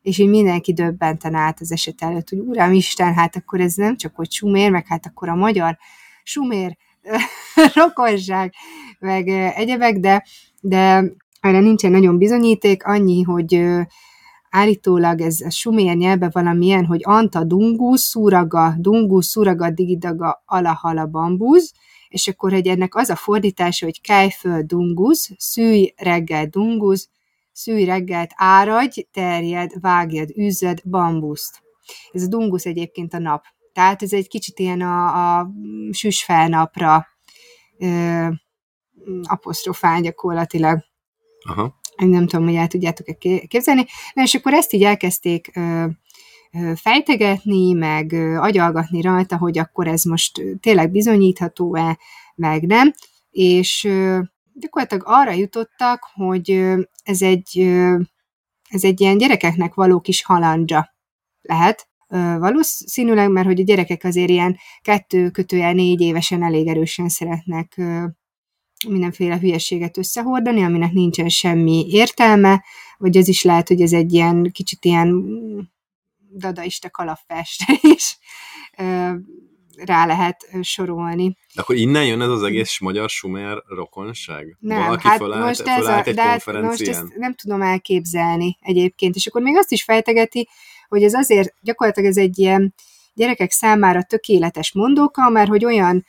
és így mindenki döbbenten állt az eset előtt, hogy uramisten, hát akkor ez nem csak hogy sumér, meg hát akkor a magyar sumér rokonság, meg egyebek, de erre nincsen nagyon bizonyíték, annyi, hogy állítólag ez a sumér nyelvben valamilyen, hogy anta dungus, szuraga, digidaga, alahala bambúz, és akkor, hogy ennek az a fordítása, hogy kelj föl dungus, szűj reggel dungus, szűj reggelt áradj, terjed, vágjad, űzzed bambuszt. Ez a dungus egyébként a nap. Tehát ez egy kicsit ilyen a süsfelnapra apostrofál gyakorlatilag. Aha. Nem tudom, hogy el tudjátok-e képzelni. Na, és akkor ezt így elkezdték fejtegetni, meg agyalgatni rajta, hogy akkor ez most tényleg bizonyítható-e, meg nem. És gyakorlatilag arra jutottak, hogy ez egy ilyen gyerekeknek való kis halandzsa lehet. Valószínűleg, mert hogy a gyerekek azért ilyen 2-4 évesen elég erősen szeretnek mindenféle hülyeséget összehordani, aminek nincsen semmi értelme, vagy az is lehet, hogy ez egy ilyen kicsit ilyen dadaista kalapfestre is rá lehet sorolni. De akkor innen jön ez az egész magyar sumer rokonság? Nem, valaki hát fölállt egy konferencián? Most ezt nem tudom elképzelni egyébként, és akkor még azt is fejtegeti, hogy ez azért gyakorlatilag ez egy ilyen gyerekek számára tökéletes mondóka, mert hogy olyan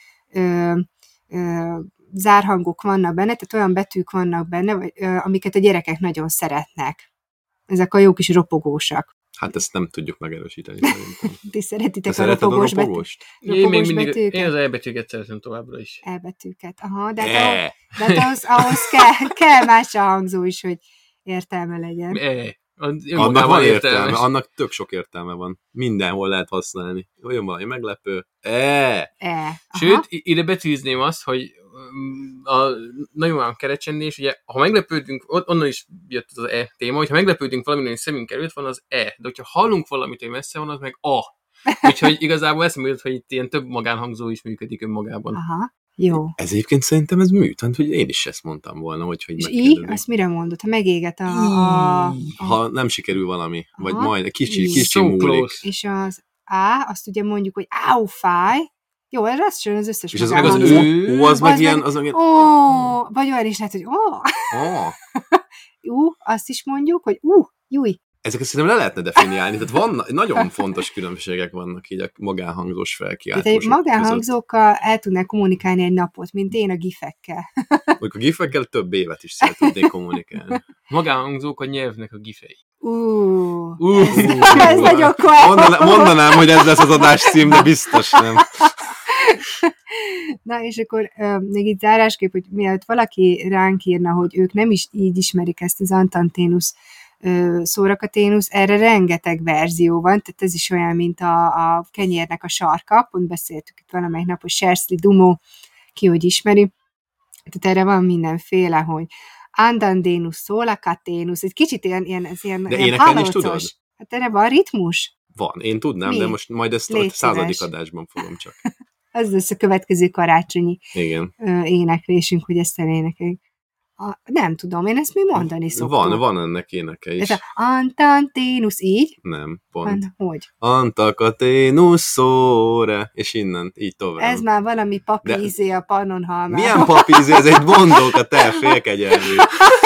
zárhangok vannak benne, tehát olyan betűk vannak benne, amiket a gyerekek nagyon szeretnek. Ezek a jó kis ropogósak. Hát ezt nem tudjuk megerősíteni szerintem. Ti szeretitek Te a ropogós ropogost? Én még mindig, én az elbetűket szeretem továbbra is. Elbetűket, aha, de hát ahhoz kell más a hangzó is, hogy értelme legyen. Annak van értelme, annak tök sok értelme van. Mindenhol lehet használni. Olyan valami meglepő. Sőt, ide betűzném azt, hogy a nagymamám Kerecsendés, ugye, ha meglepődünk, onnan is jött az E téma, hogyha meglepődünk valamiről, hogy szemünk előtt van az E, de hogyha hallunk valamit, hogy messze van, az meg A. Úgyhogy igazából eszembe jut, hogy itt ilyen több magánhangzó is működik önmagában. Aha, jó. Ez egyébként szerintem ez műtant, hogy én is ezt mondtam volna, hogy és így? Azt mire mondod? Ha megéget ha nem sikerül valami, vagy majd kicsi múlik. És az A, azt ugye mondjuk, hogy áú, fáj. Jó, ez az az összes és az meg az ő, az meg ilyen... vagy olyan is lehet, hogy azt is mondjuk, hogy júj. Ezeket szerintem le lehetne definiálni, tehát van, nagyon fontos különbségek vannak így a magánhangzós felkiáltósok között. Magánhangzókkal el tudnál kommunikálni egy napot, mint én a gifekkel. Mondjuk a gifekkel több évet is el tudnék kommunikálni. Magánhangzók a nyelvnek a gifei. Ez nagyon komoly. Mondanám, hogy ez lesz az adás cím, de biztos nem. Na, és akkor még itt zárásképp, hogy mielőtt valaki ránk írna, hogy ők nem is így ismerik ezt az Antanténusz Szóracaténusz, erre rengeteg verzió van, tehát ez is olyan, mint a kenyérnek a sarka, pont beszéltük itt valamelyik nap, hogy Serszli Dumó, ki hogy ismeri, tehát erre van mindenféle, hogy Andandénusz, Szóracaténusz, egy kicsit ilyen de énekelni is tudod? Hát erre van ritmus? Van, én tudnám, de most majd ezt a 100. adásban fogom csak. Ez lesz a következő karácsonyi éneklésünk, hogy ezt elénekeljük. Nem tudom, én ezt még mondani szoktam. Van ennek éneke is. Ez a Antanténusz így? Nem, pont. Hogy? Antanténusz szóre, és innen, így tovább. Ez már valami papízé a Pannonhalmán. Milyen papízé? Ez egy mondóka, te félkegyelmű.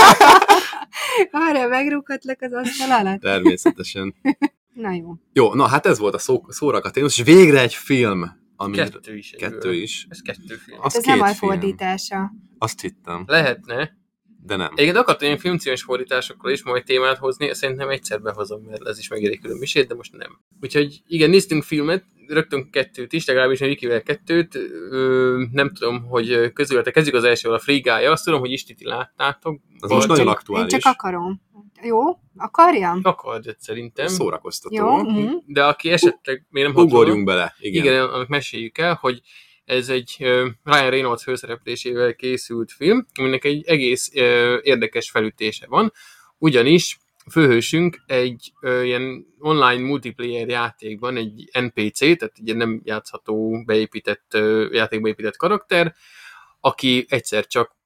Arra megrúghatlak az asztal alatt? Természetesen. Na jó. Jó, na hát ez volt a Szóracaténusz, és végre egy film. Kettő is. Ez 2 film. Ez nem a fordítása. Azt hittem. Lehetne. De nem. Egyébként akartam ilyen filmcímes fordításokról is majd témát hozni, szerintem egyszer behozom, mert ez is megéri külön misét, de most nem. Úgyhogy igen, néztünk filmet, rögtön 2 is, legalábbis a Vikivel 2, nem tudom, hogy közületek, kezdjük az elsővel, a Free Guy-ja, azt tudom, hogy Istiti láttátok. Ez most nagyon aktuális. Én csak akarom. Jó? Akarjam? Akard, szerintem. Szórakoztató. Jó. De aki esetleg még nem ugorjunk bele. Igen, annak meséljük el, hogy ez egy Ryan Reynolds főszereplésével készült film, aminek egy egész érdekes felütése van, ugyanis főhősünk egy ilyen online multiplayer játékban, egy NPC, tehát egy nem játszható játékba épített karakter, aki egyszer csak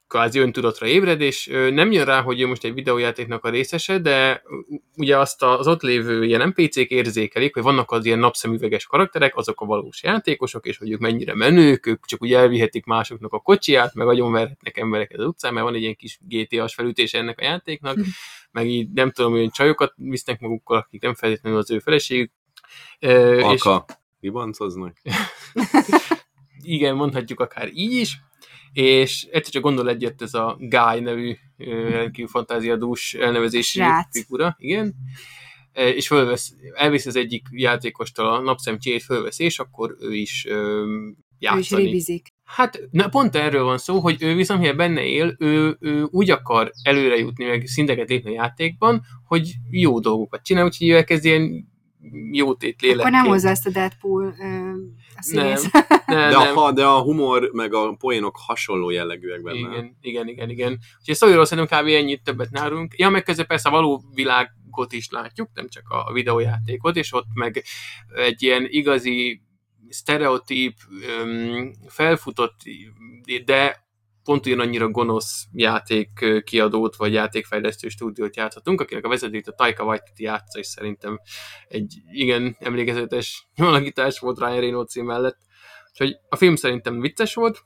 kvázi öntudatra ébred, és nem jön rá, hogy ő most egy videójátéknak a részese, de ugye azt az ott lévő ilyen NPC-k érzékelik, hogy vannak az ilyen napszemüveges karakterek, azok a valós játékosok, és hogy ők mennyire menők, ők csak úgy elvihetik másoknak a kocsiját, meg agyonverhetnek embereket az utcán, mert van egy ilyen kis GTA-s felütése ennek a játéknak, meg így nem tudom, hogy csajokat visznek magukkal, akik nem feltétlenül az ő feleségük. Alka, ribancoznak. Igen, mondhatjuk akár így is, és egyszer csak gondol egyet ez a Guy nevű rendkívül fantáziadús elnevezésű figura, igen, és elvisz az egyik játékostól a napszemcséjét, fölvesz, és akkor ő is játszani. Ő is ribizik. Hát pont erről van szó, hogy ő viszont, mivel benne él, ő úgy akar előre jutni, meg szinteket lépni a játékban, hogy jó dolgokat csinál, úgyhogy ő elkezd ilyen jótét lélekként. Akkor nem hozza ezt a Deadpool a színész. De a humor meg a poénok hasonló jellegűek benne. Igen. Úgyhogy szóval szerintem kb. Ennyit többet nálunk. Ja, meg közben persze a való világot is látjuk, nem csak a videójátékot, és ott meg egy ilyen igazi sztereotíp, felfutott, de pont ugyanannyira gonosz játékkiadót vagy játékfejlesztő stúdiót játszhatunk, akinek a vezetőt a Taika Waititi játsza, és szerintem egy igen emlékezetes alakítás volt Ryan Reynolds mellett. Úgyhogy a film szerintem vicces volt,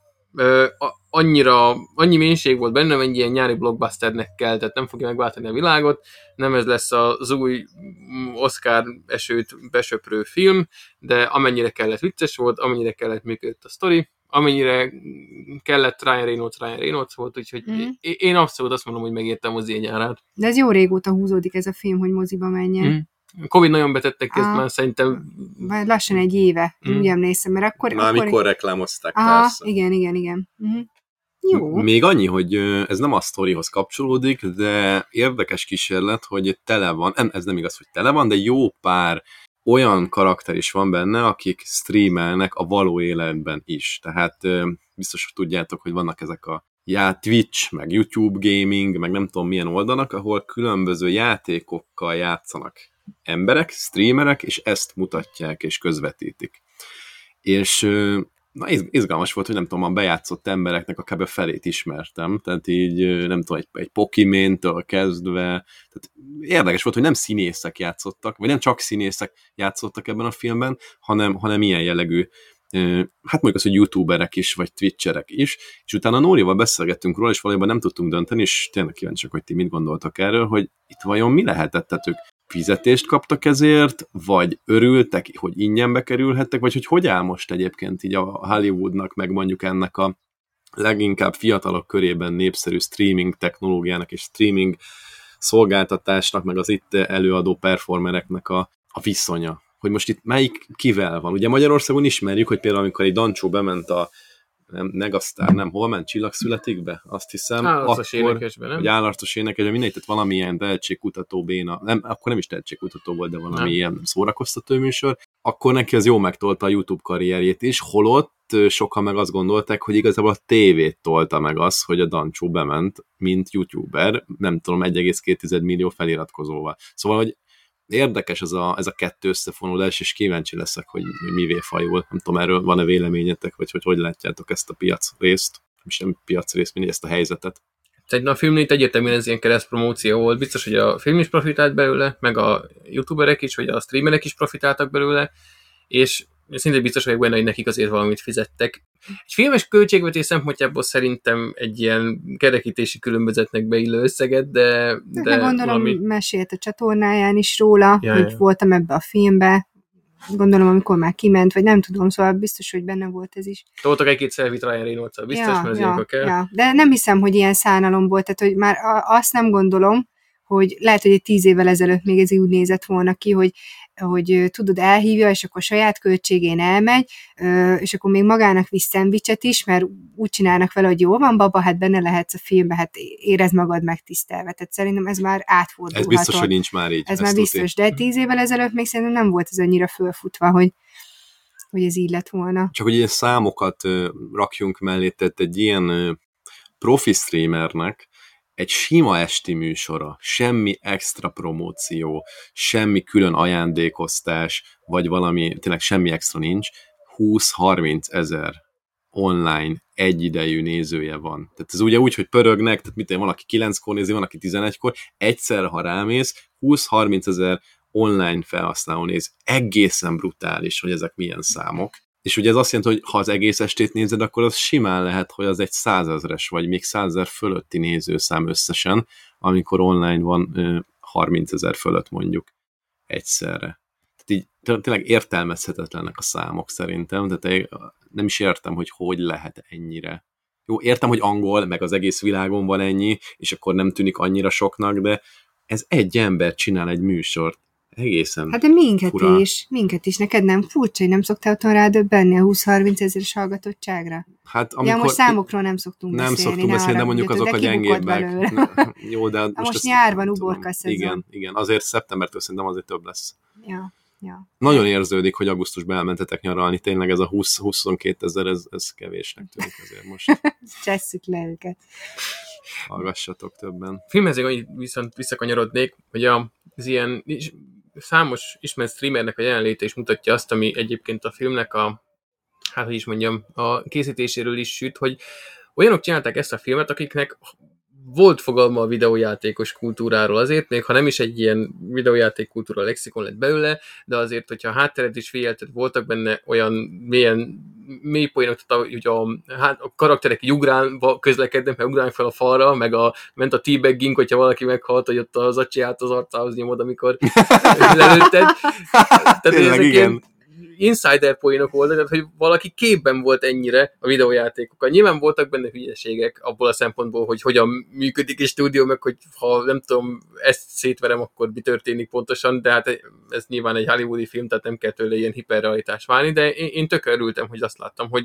annyi mélység volt benne, hogy ilyen nyári blockbusternek kell, tehát nem fogja megváltani a világot, nem ez lesz az új Oscar esőt besöprő film, de amennyire kellett vicces volt, amennyire kellett működött a sztori, amennyire kellett Ryan Reynolds volt, úgyhogy én abszolút azt mondom, hogy megértem az én nyárát. De ez jó régóta húzódik ez a film, hogy moziba menjen. Covid nagyon betettek ezt már szerintem... Lassan egy éve, úgy emlékszem, mert akkor... Mikor reklámozták, persze. Igen. Jó. Még annyi, hogy ez nem a sztorihoz kapcsolódik, de érdekes kísérlet, hogy tele van, ez nem igaz, hogy tele van, de jó pár olyan karakter is van benne, akik streamelnek a való életben is. Tehát biztos, hogy tudjátok, hogy vannak ezek a Twitch, meg YouTube gaming, meg nem tudom milyen oldalak, ahol különböző játékokkal játszanak emberek, streamerek, és ezt mutatják és közvetítik. És izgalmas volt, hogy nem tudom, a bejátszott embereknek a kb. Felét ismertem, tehát így nem tudom, egy Pokémon-től kezdve, tehát érdekes volt, hogy nem színészek játszottak, vagy nem csak színészek játszottak ebben a filmben, hanem ilyen jellegű, hát mondjuk az, hogy youtuberek is, vagy twitcherek is, és utána Nórival beszélgettünk róla, és valójában nem tudtunk dönteni, és tényleg kíváncsiak, hogy ti mit gondoltak erről, hogy itt vajon mi lehetett, tehát ők fizetést kaptak ezért, vagy örültek, hogy ingyen bekerülhettek, vagy hogy áll most egyébként így a Hollywoodnak, meg mondjuk ennek a leginkább fiatalok körében népszerű streaming technológiának és streaming szolgáltatásnak, meg az itt előadó performereknek a viszonya. Hogy most itt melyik kivel van. Ugye Magyarországon ismerjük, hogy például amikor egy Dancsó bement a Megasztár, hol ment, Csillagszületikbe? Azt hiszem, Állarcos énekesben, nem? Vagy Állarcos énekesben, mindegy, tehát valamilyen tehetségkutató béna, akkor nem is tehetségkutató volt, de valami ilyen szórakoztató műsor, akkor neki az jó megtolta a YouTube karrierjét is, holott sokan meg azt gondolták, hogy igazából a tévét tolta meg az, hogy a Dancsó bement, mint YouTuber, nem tudom, 1,2 millió feliratkozóval. Szóval, hogy érdekes ez a kettő összefonódás, és kíváncsi leszek, hogy mivé fajul. Nem tudom, erről van-e véleményetek, vagy hogy látjátok ezt a piacrészt, és nem piacrészt, mindig ezt a helyzetet. A filmnél egyértelműen ez ilyen keresztpromóció volt. Biztos, hogy a film is profitált belőle, meg a youtuberek is, vagy a streamerek is profitáltak belőle, és szinte biztos vagyok benne, hogy nekik azért valamit fizettek. Egy filmes költségvetés szempontjából szerintem egy ilyen kerekítési különbözetnek beillő összeget, de gondolom, valami... mesélt a csatornáján is róla, hogy voltam ebbe a filmbe. Gondolom, amikor már kiment, vagy nem tudom, szóval biztos, hogy benne volt ez is. Toltak egy-két szelvit Ryan Reynolds-al, biztos, mert az ilyenkor kell. Ja. De nem hiszem, hogy ilyen szánalomból, tehát hogy már azt nem gondolom, hogy lehet, hogy egy 10 évvel ezelőtt még ez úgy nézett volna ki, hogy tudod, elhívja, és akkor saját költségén elmegy, és akkor még magának visz szendvicset is, mert úgy csinálnak vele, hogy jó van, baba, hát benne lehetsz a filmbe, hát érezd magad megtisztelve. Tehát szerintem ez már átfordulhatott. Ez biztos, hogy nincs már így. Ez már biztos, de 10 évvel ezelőtt még szerintem nem volt ez annyira fölfutva, hogy ez így lett volna. Csak hogy ilyen számokat rakjunk mellé, tehát egy ilyen profi streamernek egy sima esti műsora, semmi extra promóció, semmi külön ajándékoztás, vagy valami, tényleg semmi extra nincs, 20-30 ezer online egyidejű nézője van. Tehát ez ugye úgy, hogy pörögnek, tehát van, aki 9-kor nézi, van, aki 11-kor, egyszer, ha rámész, 20-30 ezer online felhasználó néz. Egészen brutális, hogy ezek milyen számok. És ugye ez azt jelenti, hogy ha az egész estét nézed, akkor az simán lehet, hogy az egy 100 000-es, vagy még 100 000 fölötti nézőszám összesen, amikor online van 30 000 fölött mondjuk egyszerre. Tehát így tényleg értelmezhetetlenek a számok szerintem, tehát nem is értem, hogy lehet ennyire. Jó, értem, hogy angol, meg az egész világon van ennyi, és akkor nem tűnik annyira soknak, de ez egy ember csinál egy műsort. Egészen Hát de minket fura. is. Neked nem furcsa, hogy nem szoktál otthon rádöbbenni a 20-30 ezeres hallgatottságra? Hát, amikor... Ja, most számokról nem szoktunk nem beszélni. Szoktunk beszélni, de mondjuk azok a gyengébbek. Jó, de most nyár van, uborka szezon. Igen, azért szeptembertől szerintem azért több lesz. Ja. Nagyon érződik, hogy augusztusban elmentetek nyaralni, tényleg ez a 20-22 ezer, ez kevésnek tűnik azért most. Csesszük le őket. Hallgassatok többen. Filmhez viszont visszakanyarodnék, hogy az ilyen számos ismert streamernek a jelenléte is mutatja azt, ami egyébként a filmnek a készítéséről is süt, hogy olyanok csinálták ezt a filmet, akiknek volt fogalma a videójátékos kultúráról azért, még ha nem is egy ilyen videójáték kultúra lexikon lett belőle, de azért, hogyha a hátteret is figyelted, voltak benne olyan mély poénok, hogy a karakterek így ugrálva közlekednek, meg ugrálnak fel a falra, meg ment a teabagging, hogyha valaki meghalt, hogy ott az acsiját az arcához nyomod, amikor lelőtted. Tehát ezek ilyen insider poénok voltak, tehát hogy valaki képben volt ennyire a videójátékokkal. Nyilván voltak benne hülyeségek abból a szempontból, hogy hogyan működik egy stúdió, meg hogy ha nem tudom, ezt szétverem, akkor mi történik pontosan, de hát ez nyilván egy hollywoodi film, tehát nem kell tőle ilyen hiperrealitás válni, de én tökre örültem, hogy azt láttam, hogy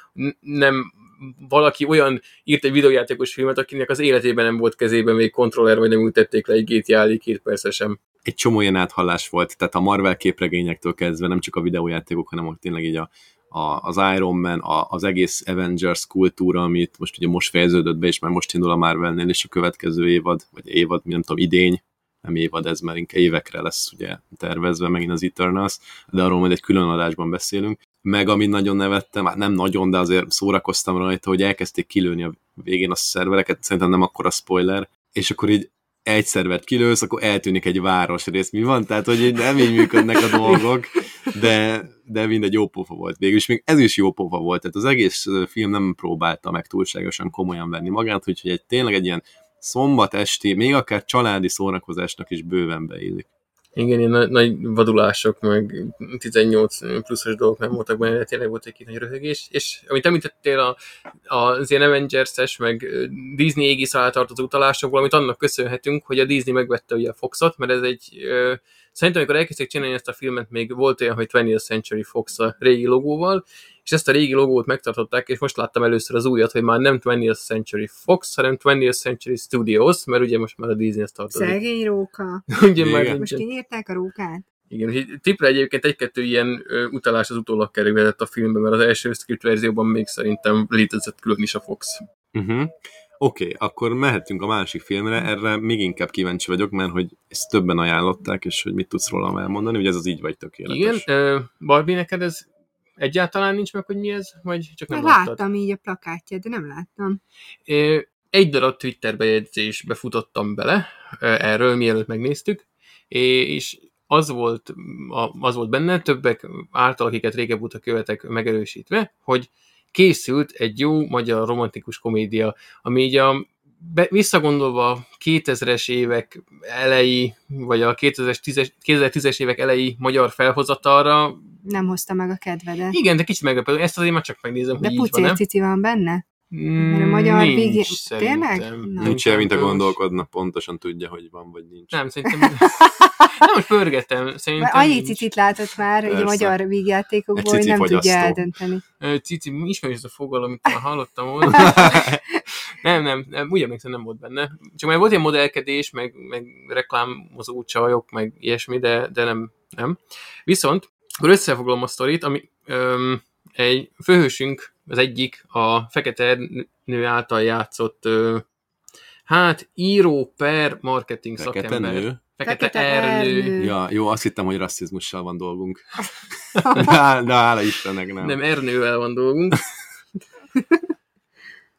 nem valaki olyan írt egy videójátékos filmet, akinek az életében nem volt kezében még kontroller, vagy nem ültették le egy GTA elé 2 percre sem. Egy csomó ilyen áthallás volt, tehát a Marvel képregényektől kezdve nem csak a videójátékok, hanem ott tényleg így az Iron Man, az egész Avengers kultúra, amit most fejeződött be, és már most indul a Marvelnél, és a következő évad, nem tudom, idény, nem évad, ez már inkább évekre lesz ugye tervezve, megint az Eternals, de arról majd egy külön adásban beszélünk. Meg amit nagyon nevettem, hát nem nagyon, de azért szórakoztam rajta, hogy elkezdték kilőni a végén a szervereket, szerintem nem akkora spoiler, és akkor így egy szervert kilősz, akkor eltűnik egy városrész. Mi van? Tehát, hogy nem így működnek a dolgok, de mindegy, jó pofa volt végül, és még ez is jó pofa volt. Tehát az egész film nem próbálta meg túlságosan komolyan venni magát, úgyhogy tényleg egy ilyen szombat esti, még akár családi szórakozásnak is bőven beillik. Igen, ilyen nagy vadulások, meg 18 pluszos dolgok nem voltak benne, de tényleg volt egy nagy röhögés, és amit említettél az ilyen Avengers-es, meg Disney égisz alá tartozó utalásokból, amit annak köszönhetünk, hogy a Disney megvette ugye a Foxot, mert ez szerintem, amikor elkezdték csinálni ezt a filmet, még volt olyan, hogy 20th Century Fox a régi logóval, és ezt a régi logót megtartották, és most láttam először az újat, hogy már nem 20th Century Fox, hanem 20th Century Studios, mert ugye most már a Disney-hez tartozik. Szegény róka. Ugye már most kinyírták a rókát? Igen, úgyhogy tippre egyébként egy-kettő ilyen utalás az utólag kerülhetett a filmben, mert az első script verzióban még szerintem létezett külön is a Fox. Oké, akkor mehetünk a másik filmre, erre még inkább kíváncsi vagyok, mert hogy ezt többen ajánlották, és hogy mit tudsz róla elmondani, hogy ez az így vagy tökéletes. Igen, Barbie, neked ez egyáltalán nincs meg, hogy mi ez? Vagy csak nem láttam láttad? így a plakátját, de nem láttam. Egy darab Twitter bejegyzésbe futottam bele erről, mielőtt megnéztük, és az volt benne, többek által, akiket régebb óta követek megerősítve, hogy készült egy jó magyar romantikus komédia, ami így visszagondolva 2000-es évek elejé, vagy a 2010-es évek elejé magyar felhozatalra. Nem hozta meg a kedvedet. Igen, de kicsit meglepő. Ezt azért már csak megnézem, de hogy így van-e. De Pucér Cici van benne? Mert a magyar végén... Tényleg? Nincs el, mint a gondolkodna, pontosan tudja, hogy van, vagy nincs. Nem, szerintem... Nem, most pörgetem. Szerintem annyi cicit látott már a magyar vígjátékokból, hogy nem tudja eldönteni. Cici, ismerjük ezt a fogalom, amit már hallottam volna. nem, úgy emlékszem, nem volt benne. Csak már volt ilyen modellkedés, meg reklámozó csajok, meg ilyesmi, de nem. Viszont, akkor összefoglalom a sztorit, ami egy főhősünk, az egyik a Fekete nő által játszott író per marketing szakember. Nő? Fekete Ernő. Ja, jó, azt hittem, hogy rasszizmussal van dolgunk. de hála Istennek nem. Nem, Ernővel van dolgunk.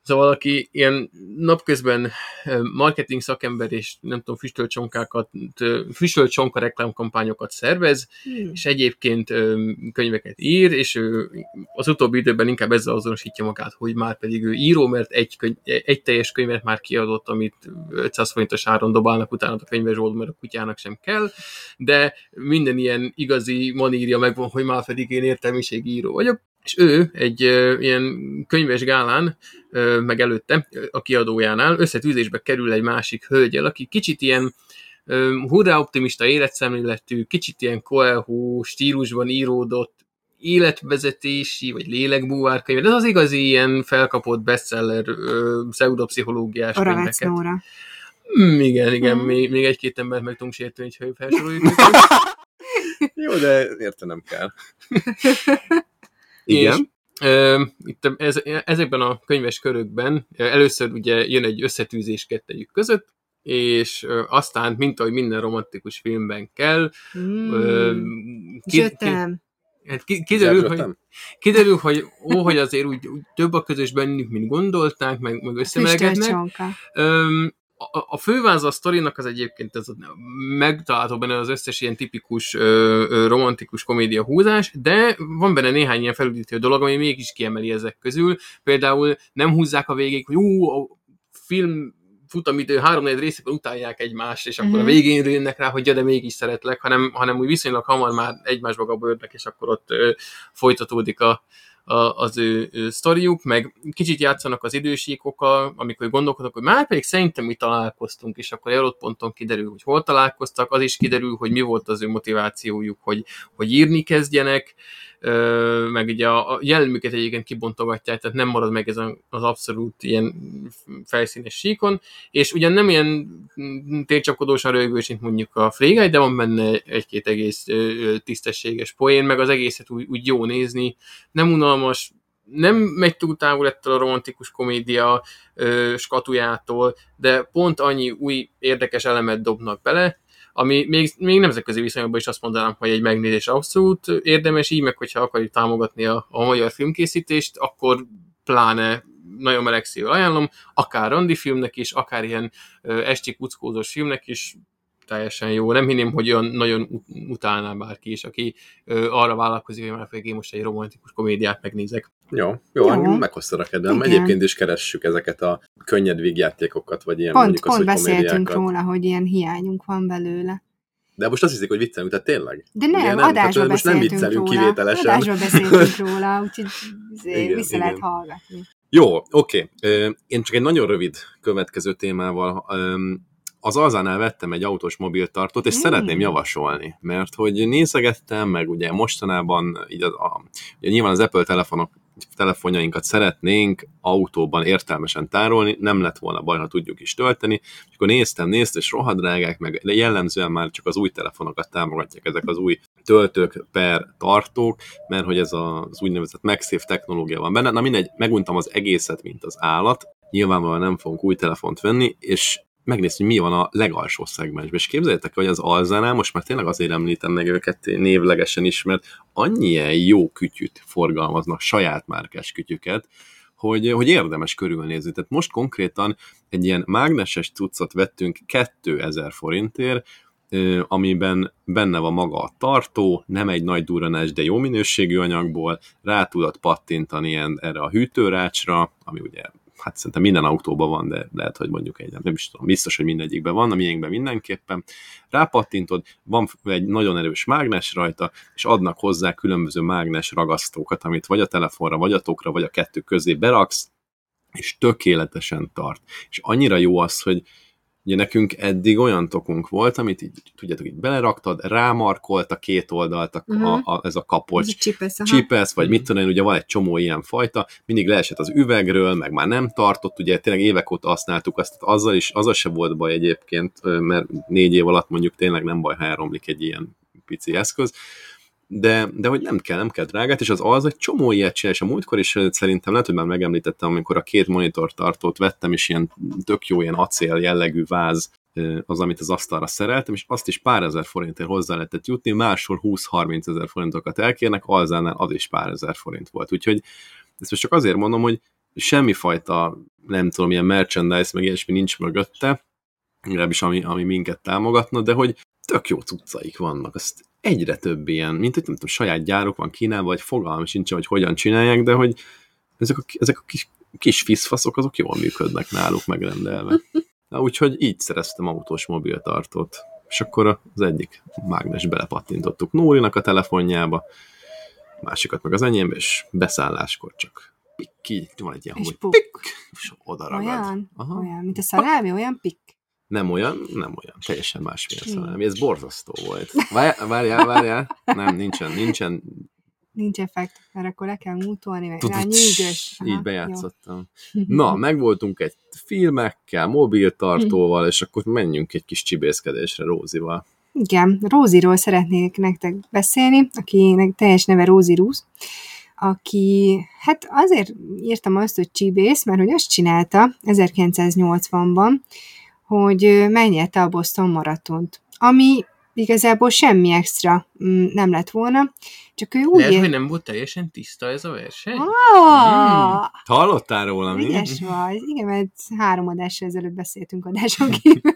Szóval aki ilyen napközben marketing szakember és nem tudom, füstölt-csonka reklámkampányokat szervez, és egyébként könyveket ír, és ő az utóbbi időben inkább ezzel azonosítja magát, hogy már pedig ő író, mert egy teljes könyvet már kiadott, amit 500 forintos áron dobálnak utána a könyvesboltban, mert a kutyának sem kell, de minden ilyen igazi manírja megvan, hogy már pedig én értelmiségi író vagyok. És ő egy ilyen könyves gálán, meg előtte a kiadójánál összetűzésbe kerül egy másik hölgyel, aki kicsit ilyen hurrá optimista életszemléletű, kicsit ilyen Coelho stílusban íródott életvezetési, vagy lélekbúvárkönyv. Ez az igazi ilyen felkapott bestseller pseudopszichológiás könyveket. Nóra. Igen, még egy-két embert meg tudunk sérteni, ha felsoroljuk. Jó, de értenem kell. Igen. Itt ezekben a könyves körökben először ugye jön egy összetűzés kettejük között, és aztán, mint ahogy minden romantikus filmben kell, kiderül, hogy azért úgy több a közös bennük, mint gondolták, meg összemelegednek. A főváz a sztorinak az egyébként ez megtalálható benne az összes ilyen tipikus romantikus komédia húzás, de van benne néhány ilyen felüdítő dolog, ami mégis kiemeli ezek közül. Például nem húzzák a végig, hogy a film futamidő 3-4 részében utálják egymást, és akkor a végén jönnek rá, hogy de mégis szeretlek, hanem úgy viszonylag hamar már egymásba gabölnek, és akkor ott folytatódik az ő sztoriuk, meg kicsit játszanak az idősíkokkal, amikor gondolkodnak, hogy már pedig szerintem mi találkoztunk, és akkor adott ponton kiderül, hogy hol találkoztak, az is kiderül, hogy mi volt az ő motivációjuk, hogy írni kezdjenek, meg ugye a jellemüket egyébként kibontogatják, tehát nem marad meg ez az abszolút ilyen felszínes síkon, és ugyan nem ilyen tércsapkodósan rögős, mint mondjuk a Free Guy, de van benne egy-két egész tisztességes poén, meg az egészet úgy jó nézni, nem unalmas, nem megy túl távol ettől a romantikus komédia skatujától, de pont annyi új érdekes elemet dobnak bele, ami még nemzetközi viszonyokban is azt mondanám, hogy egy megnézés abszolút érdemes, így meg hogyha akarjuk támogatni a magyar filmkészítést, akkor pláne nagyon meleg szívvel ajánlom, akár randi filmnek is, akár ilyen esti kuckózós filmnek is, teljesen jó. Nem hinném, hogy olyan nagyon utálná bárki is, aki arra vállalkozik, hogy már én most egy romantikus komédiát megnézek. Jó, meghoztad a kedvem. Egyébként is keressük ezeket a könnyed vígjátékokat, vagy ilyen mondjuk az, hogy komédiákat. Pont beszéltünk róla, hogy ilyen hiányunk van belőle. De most azt hiszik, hogy viccelünk, tehát tényleg? De nem, adásban beszéltünk róla. Kivételesen. Adásban beszéltünk róla, úgyhogy vissza lehet hallgatni. Jó, oké. Én csak egy nagyon rövid következő témával az Alzánál vettem egy autós mobiltartót, és szeretném javasolni, mert hogy nézegettem, meg ugye mostanában így ugye nyilván az Apple telefonjainkat szeretnénk autóban értelmesen tárolni, nem lett volna baj, ha tudjuk is tölteni, és akkor néztem, és rohadrágák, meg jellemzően már csak az új telefonokat támogatják, ezek az új töltők per tartók, mert hogy ez az úgynevezett MagSafe technológia van benne. Na mindegy, meguntam az egészet, mint az állat, nyilvánvalóan nem fogunk új telefont venni, és megnézni, hogy mi van a legalsó szegmensben. És képzeljétek, hogy az Alzánál, most már tényleg azért említem meg őket névlegesen is, mert annyien jó kütyüt forgalmaznak, saját márkás kütyüket, hogy érdemes körülnézni. Tehát most konkrétan egy ilyen mágneses cuccot vettünk 2000 forintért, amiben benne van maga a tartó, nem egy nagy durranás, de jó minőségű anyagból, rá tudod pattintani erre a hűtőrácsra, ami ugye hát szerintem minden autóban van, de lehet, hogy mondjuk nem is tudom, biztos, hogy mindegyikben van, a miénkben mindenképpen. Rápattintod, van egy nagyon erős mágnes rajta, és adnak hozzá különböző mágnes ragasztókat, amit vagy a telefonra, vagy a tokra, vagy a kettő közé beraksz, és tökéletesen tart. És annyira jó az, hogy ugye nekünk eddig olyan tokunk volt, amit így, tudjátok, így beleraktad, rámarkolt a két oldalt ez a kapocs, csipesz, vagy mit tudom én, ugye van egy csomó ilyen fajta, mindig leesett az üvegről, meg már nem tartott, ugye tényleg évek óta használtuk azt, azzal se volt baj egyébként, mert 4 év alatt mondjuk tényleg nem baj, ha elromlik egy ilyen pici eszköz, de hogy nem kell drágát, és az egy csomó ilyet csinál, és a múltkor is szerintem lehet, hogy már megemlítettem, amikor a 2 monitortartót vettem, és ilyen tök jó ilyen acél jellegű váz az, amit az asztalra szereltem, és azt is pár ezer forintért hozzá lehetett jutni, máshol 20-30 ezer forintokat elkérnek, Alzánál az is pár ezer forint volt. Úgyhogy ezt most csak azért mondom, hogy semmifajta nem tudom, ilyen merchandise, meg ilyesmi nincs mögötte, legalábbis ami minket támogatna, de hogy tök jó cuccaik vannak, azt egyre több ilyen, mint hogy nem tudom, saját gyárok van Kínában, vagy fogalmam sincs, hogy hogyan csinálják, de hogy ezek a kis fiszfaszok, azok jól működnek náluk megrendelve. Na, úgyhogy így szereztem autós mobiltartót. És akkor az egyik mágnes belepattintottuk Nórinak a telefonjába, másikat meg az enyémbe, és beszálláskor csak pikk, van egy ilyen, hogy pikk, és oda ragad. Olyan, mint a szalámi, olyan pikk. Nem olyan, teljesen másmilyen szalámi. Ez borzasztó volt. Várjál. Nem, nincsen. Nincs effekt, mert akkor le kell mútolni, meg rá nyűgös. Így bejátszottam. Na, megvoltunk egy filmekkel, mobiltartóval, és akkor menjünk egy kis csibészkedésre Rózival. Igen, Róziról szeretnék nektek beszélni, akinek teljes neve Rózi Rusz, aki, hát azért írtam azt, hogy csibész, mert hogy azt csinálta 1980-ban, hogy megnyerte a Boston maratont, ami igazából semmi extra nem lett volna, csak ő úgy... Lehet, hogy nem volt teljesen tiszta ez a verseny? Hallottál róla, mi? Ügyes vagy. Igen, mert 3 adással ezelőtt beszéltünk adáson kívül.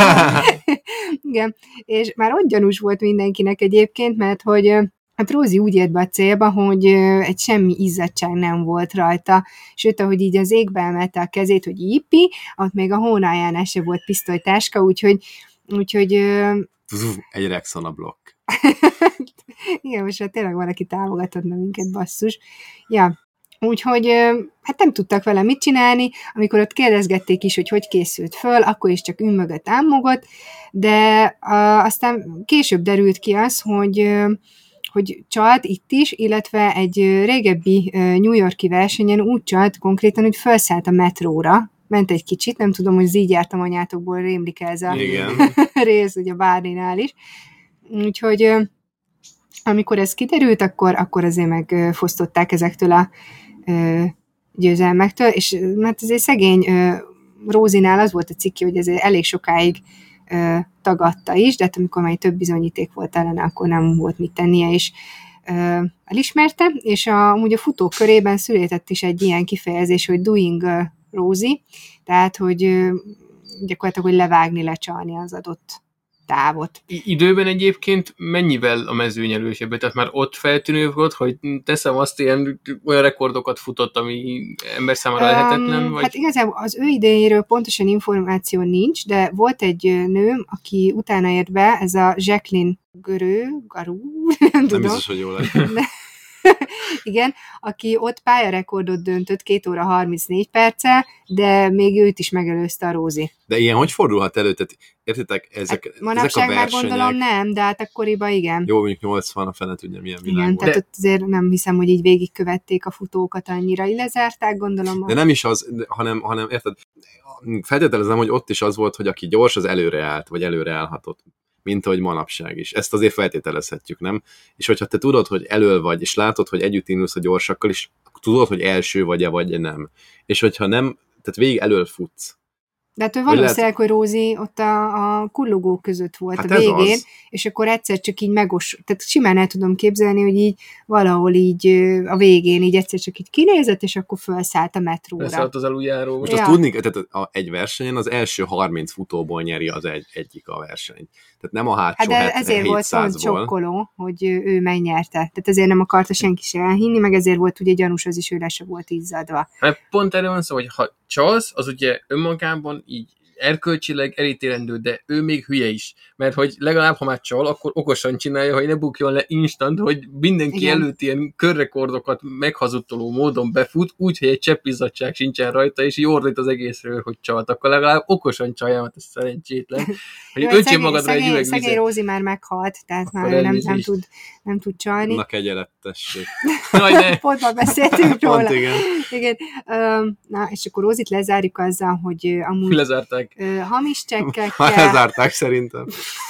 Igen, és már ott gyanús volt mindenkinek egyébként, mert hogy hát Rózi úgy ért be a célba, hogy egy semmi izzadság nem volt rajta, sőt, ahogy így az égbe emelte a kezét, hogy ípi, ott még a hónájánál se volt pisztolytáska, úgyhogy egy Rexona blokk. Igen, most hát tényleg valaki támogathatna minket, basszus. Ja, úgyhogy hát nem tudtak vele mit csinálni, amikor ott kérdezgették is, hogy készült föl, akkor is csak ümmögött, ámmogott, de aztán később derült ki az, hogy csalt itt is, illetve egy régebbi New York-i versenyen úgy csalt konkrétan, hogy felszállt a metróra, ment egy kicsit, nem tudom, hogy így jártam anyátokból, rémlik ez a rész, ugye Bárninál is. Úgyhogy amikor ez kiderült, akkor azért megfosztották ezektől a győzelmektől, és mert azért szegény Rózinál az volt a cikki, hogy ezért elég sokáig tagadta is, de hát amikor már több bizonyíték volt ellene, akkor nem volt mit tennie, és elismerte, és amúgy a futók körében született is egy ilyen kifejezés, hogy doing Rózi, tehát, hogy gyakorlatilag, hogy levágni, lecsalni az adott távot. Időben egyébként mennyivel a mezőny elősebben? Tehát már ott feltűnő volt, hogy teszem azt, olyan rekordokat futott, ami ember számára lehetetlen? Vagy? Hát igazából az ő idejéről pontosan információ nincs, de volt egy nő, aki utána ért be, ez a Jacqueline Garu, nem tudom. Biztos, hogy jól lehet. Igen, aki ott pályarekordot döntött 2 óra 34 perccel, de még őt is megelőzte a Rózi. De ilyen hogy fordulhat elő? Tehát, értitek, ezek a versenyek... már gondolom nem, de hát akkoriban igen. Jó, mondjuk 80, a fene tudja, milyen világ igen, volt. tehát ott azért nem hiszem, hogy így végigkövették a futókat annyira, így lezárták, gondolom. De nem is az, hanem érted, feltételezem, hogy ott is az volt, hogy aki gyors, az előre állt, vagy előre állhatott, mint ahogy manapság is. Ezt azért feltételezhetjük, nem? És hogyha te tudod, hogy elől vagy, és látod, hogy együtt indulsz a gyorsakkal, és tudod, hogy első vagy-e, vagy nem. És hogyha nem, tehát végig elől futsz. De hát ő valószínűleg, hogy Rózi ott a kullogók között volt hát a végén, és akkor egyszer csak így tehát simán el tudom képzelni, hogy így valahol így a végén így egyszer csak így kinézett, és akkor felszállt a metróra. Felszállt az aluljáról. Most azt tudni, tehát egy versenyen az első 30 futóból nyeri az egyik a versenyt. Tehát nem a hátsó hát ezért volt pont sokkoló, hogy ő megnyerte. Tehát ezért nem akarta senki se elhinni, meg ezért volt ugye gyanús az is, hogy le se volt izzadva. Hát pont erre van szó, hogy ha csalsz, az ugye önmagában így erkölcsileg elítélendő, de ő még hülye is. Mert hogy legalább, ha már csal, akkor okosan csinálja, hogy ne bukjon le instant, hogy mindenki előtt ilyen körrekordokat meghazudtoló módon befut, úgyhogy egy csepp izzadság sincsen rajta, és így ordít az egészről, hogy csalt. Akkor legalább okosan csalja, hát ez szerencsétlen. Hogy öntsél magadra egy üveg vizet. Szegény Rózi már meghalt, tehát már nem tud csalni. Na kegyelet, tessék. Pont már beszéltünk róla. Pont igen. Na, és akkor Rózit lezárjuk azzal, hogy amúgy lezárták. Hamis csekkekkel. Lezárták szerintem.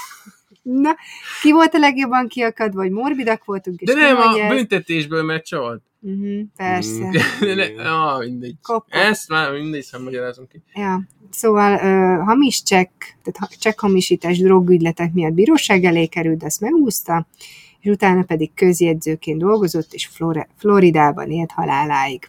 Na, ki volt a legjobban kiakad, vagy morbidak voltunk? De nem, a büntetésből, mert csalt. Persze. Mindegy. Ezt már mindegy magyarázunk ki. Ja, szóval hamis csekk, tehát csekkhamisítás drogügyletek miatt bíróság elé került, de ezt megúszta, és utána pedig közjegyzőként dolgozott, és Floridában élt haláláig.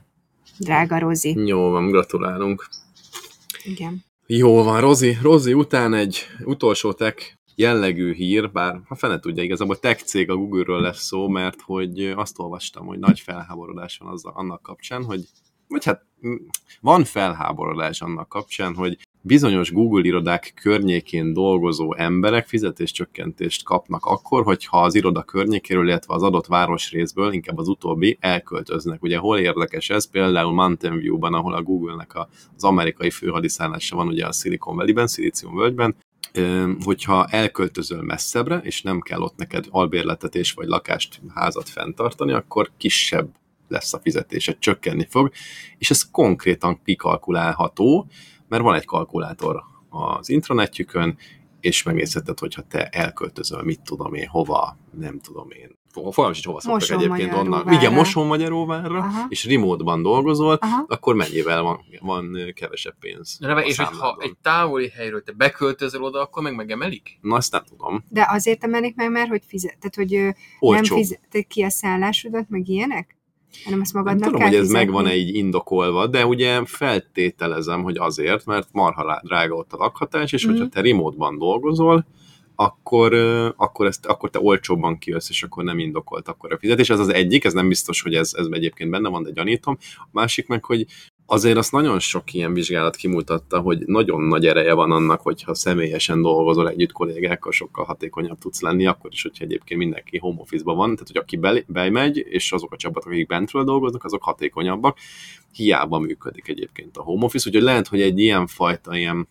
drága Rozi. Jó van, gratulálunk. Igen. Jó van, Rozi után egy utolsó tech jellegű hír, bár ha fene tudja, igazából tech cég a Google-ről lesz szó, mert hogy azt olvastam, hogy nagy felháborodás van annak kapcsán, vagy hát van felháborodás annak kapcsán, hogy bizonyos Google irodák környékén dolgozó emberek fizetéscsökkentést kapnak akkor, hogyha az iroda környékéről, illetve az adott városrészből, inkább az utóbbi, elköltöznek. Ugye hol érdekes ez? Például Mountain View-ban, ahol a Google-nek az amerikai főhadiszállása van, ugye a Silicon Valley-ben, Szilícium völgyben, hogyha elköltözöl messzebbre, és nem kell ott neked albérletetés vagy lakást, házat fenntartani, akkor kisebb lesz a fizetése, csökkenni fog, és ez konkrétan kikalkulálható, mert van egy kalkulátor az intranetjükön, és megnézheted, hogyha te elköltözöl, mit tudom én, hova, nem tudom én. Fogalmam sincs, hova szoktak egyébként onnan. Igen, Mosonmagyaróvárra, és remote-ban dolgozol, akkor mennyivel van kevesebb pénz. És hogyha egy távoli helyről te beköltözöl oda, akkor megemelik? Na, ezt nem tudom. De azért emelik meg, mert hogy fizeted, hogy nem fizeted ki a szállásodat, meg ilyenek? Hanem ezt magadnak tudom, kell hogy ez fizetni. megvan-e így indokolva, de ugye feltételezem, hogy azért, mert marha drága ott a lakhatás, és hogyha te remote-ban dolgozol, akkor te olcsóbban kijössz, és akkor nem indokolt akkor a fizetés. Ez az egyik, ez nem biztos, hogy ez egyébként benne van, de gyanítom. A másik meg, hogy azért azt nagyon sok ilyen vizsgálat kimutatta, hogy nagyon nagy ereje van annak, hogyha személyesen dolgozol együtt kollégákkal, sokkal hatékonyabb tudsz lenni, akkor is, hogyha egyébként mindenki home office-ban van, tehát hogy aki bemegy, és azok a csapatok, akik bentről dolgoznak, azok hatékonyabbak, hiába működik egyébként a home office, úgyhogy lehet, hogy egy ilyen fajta ilyen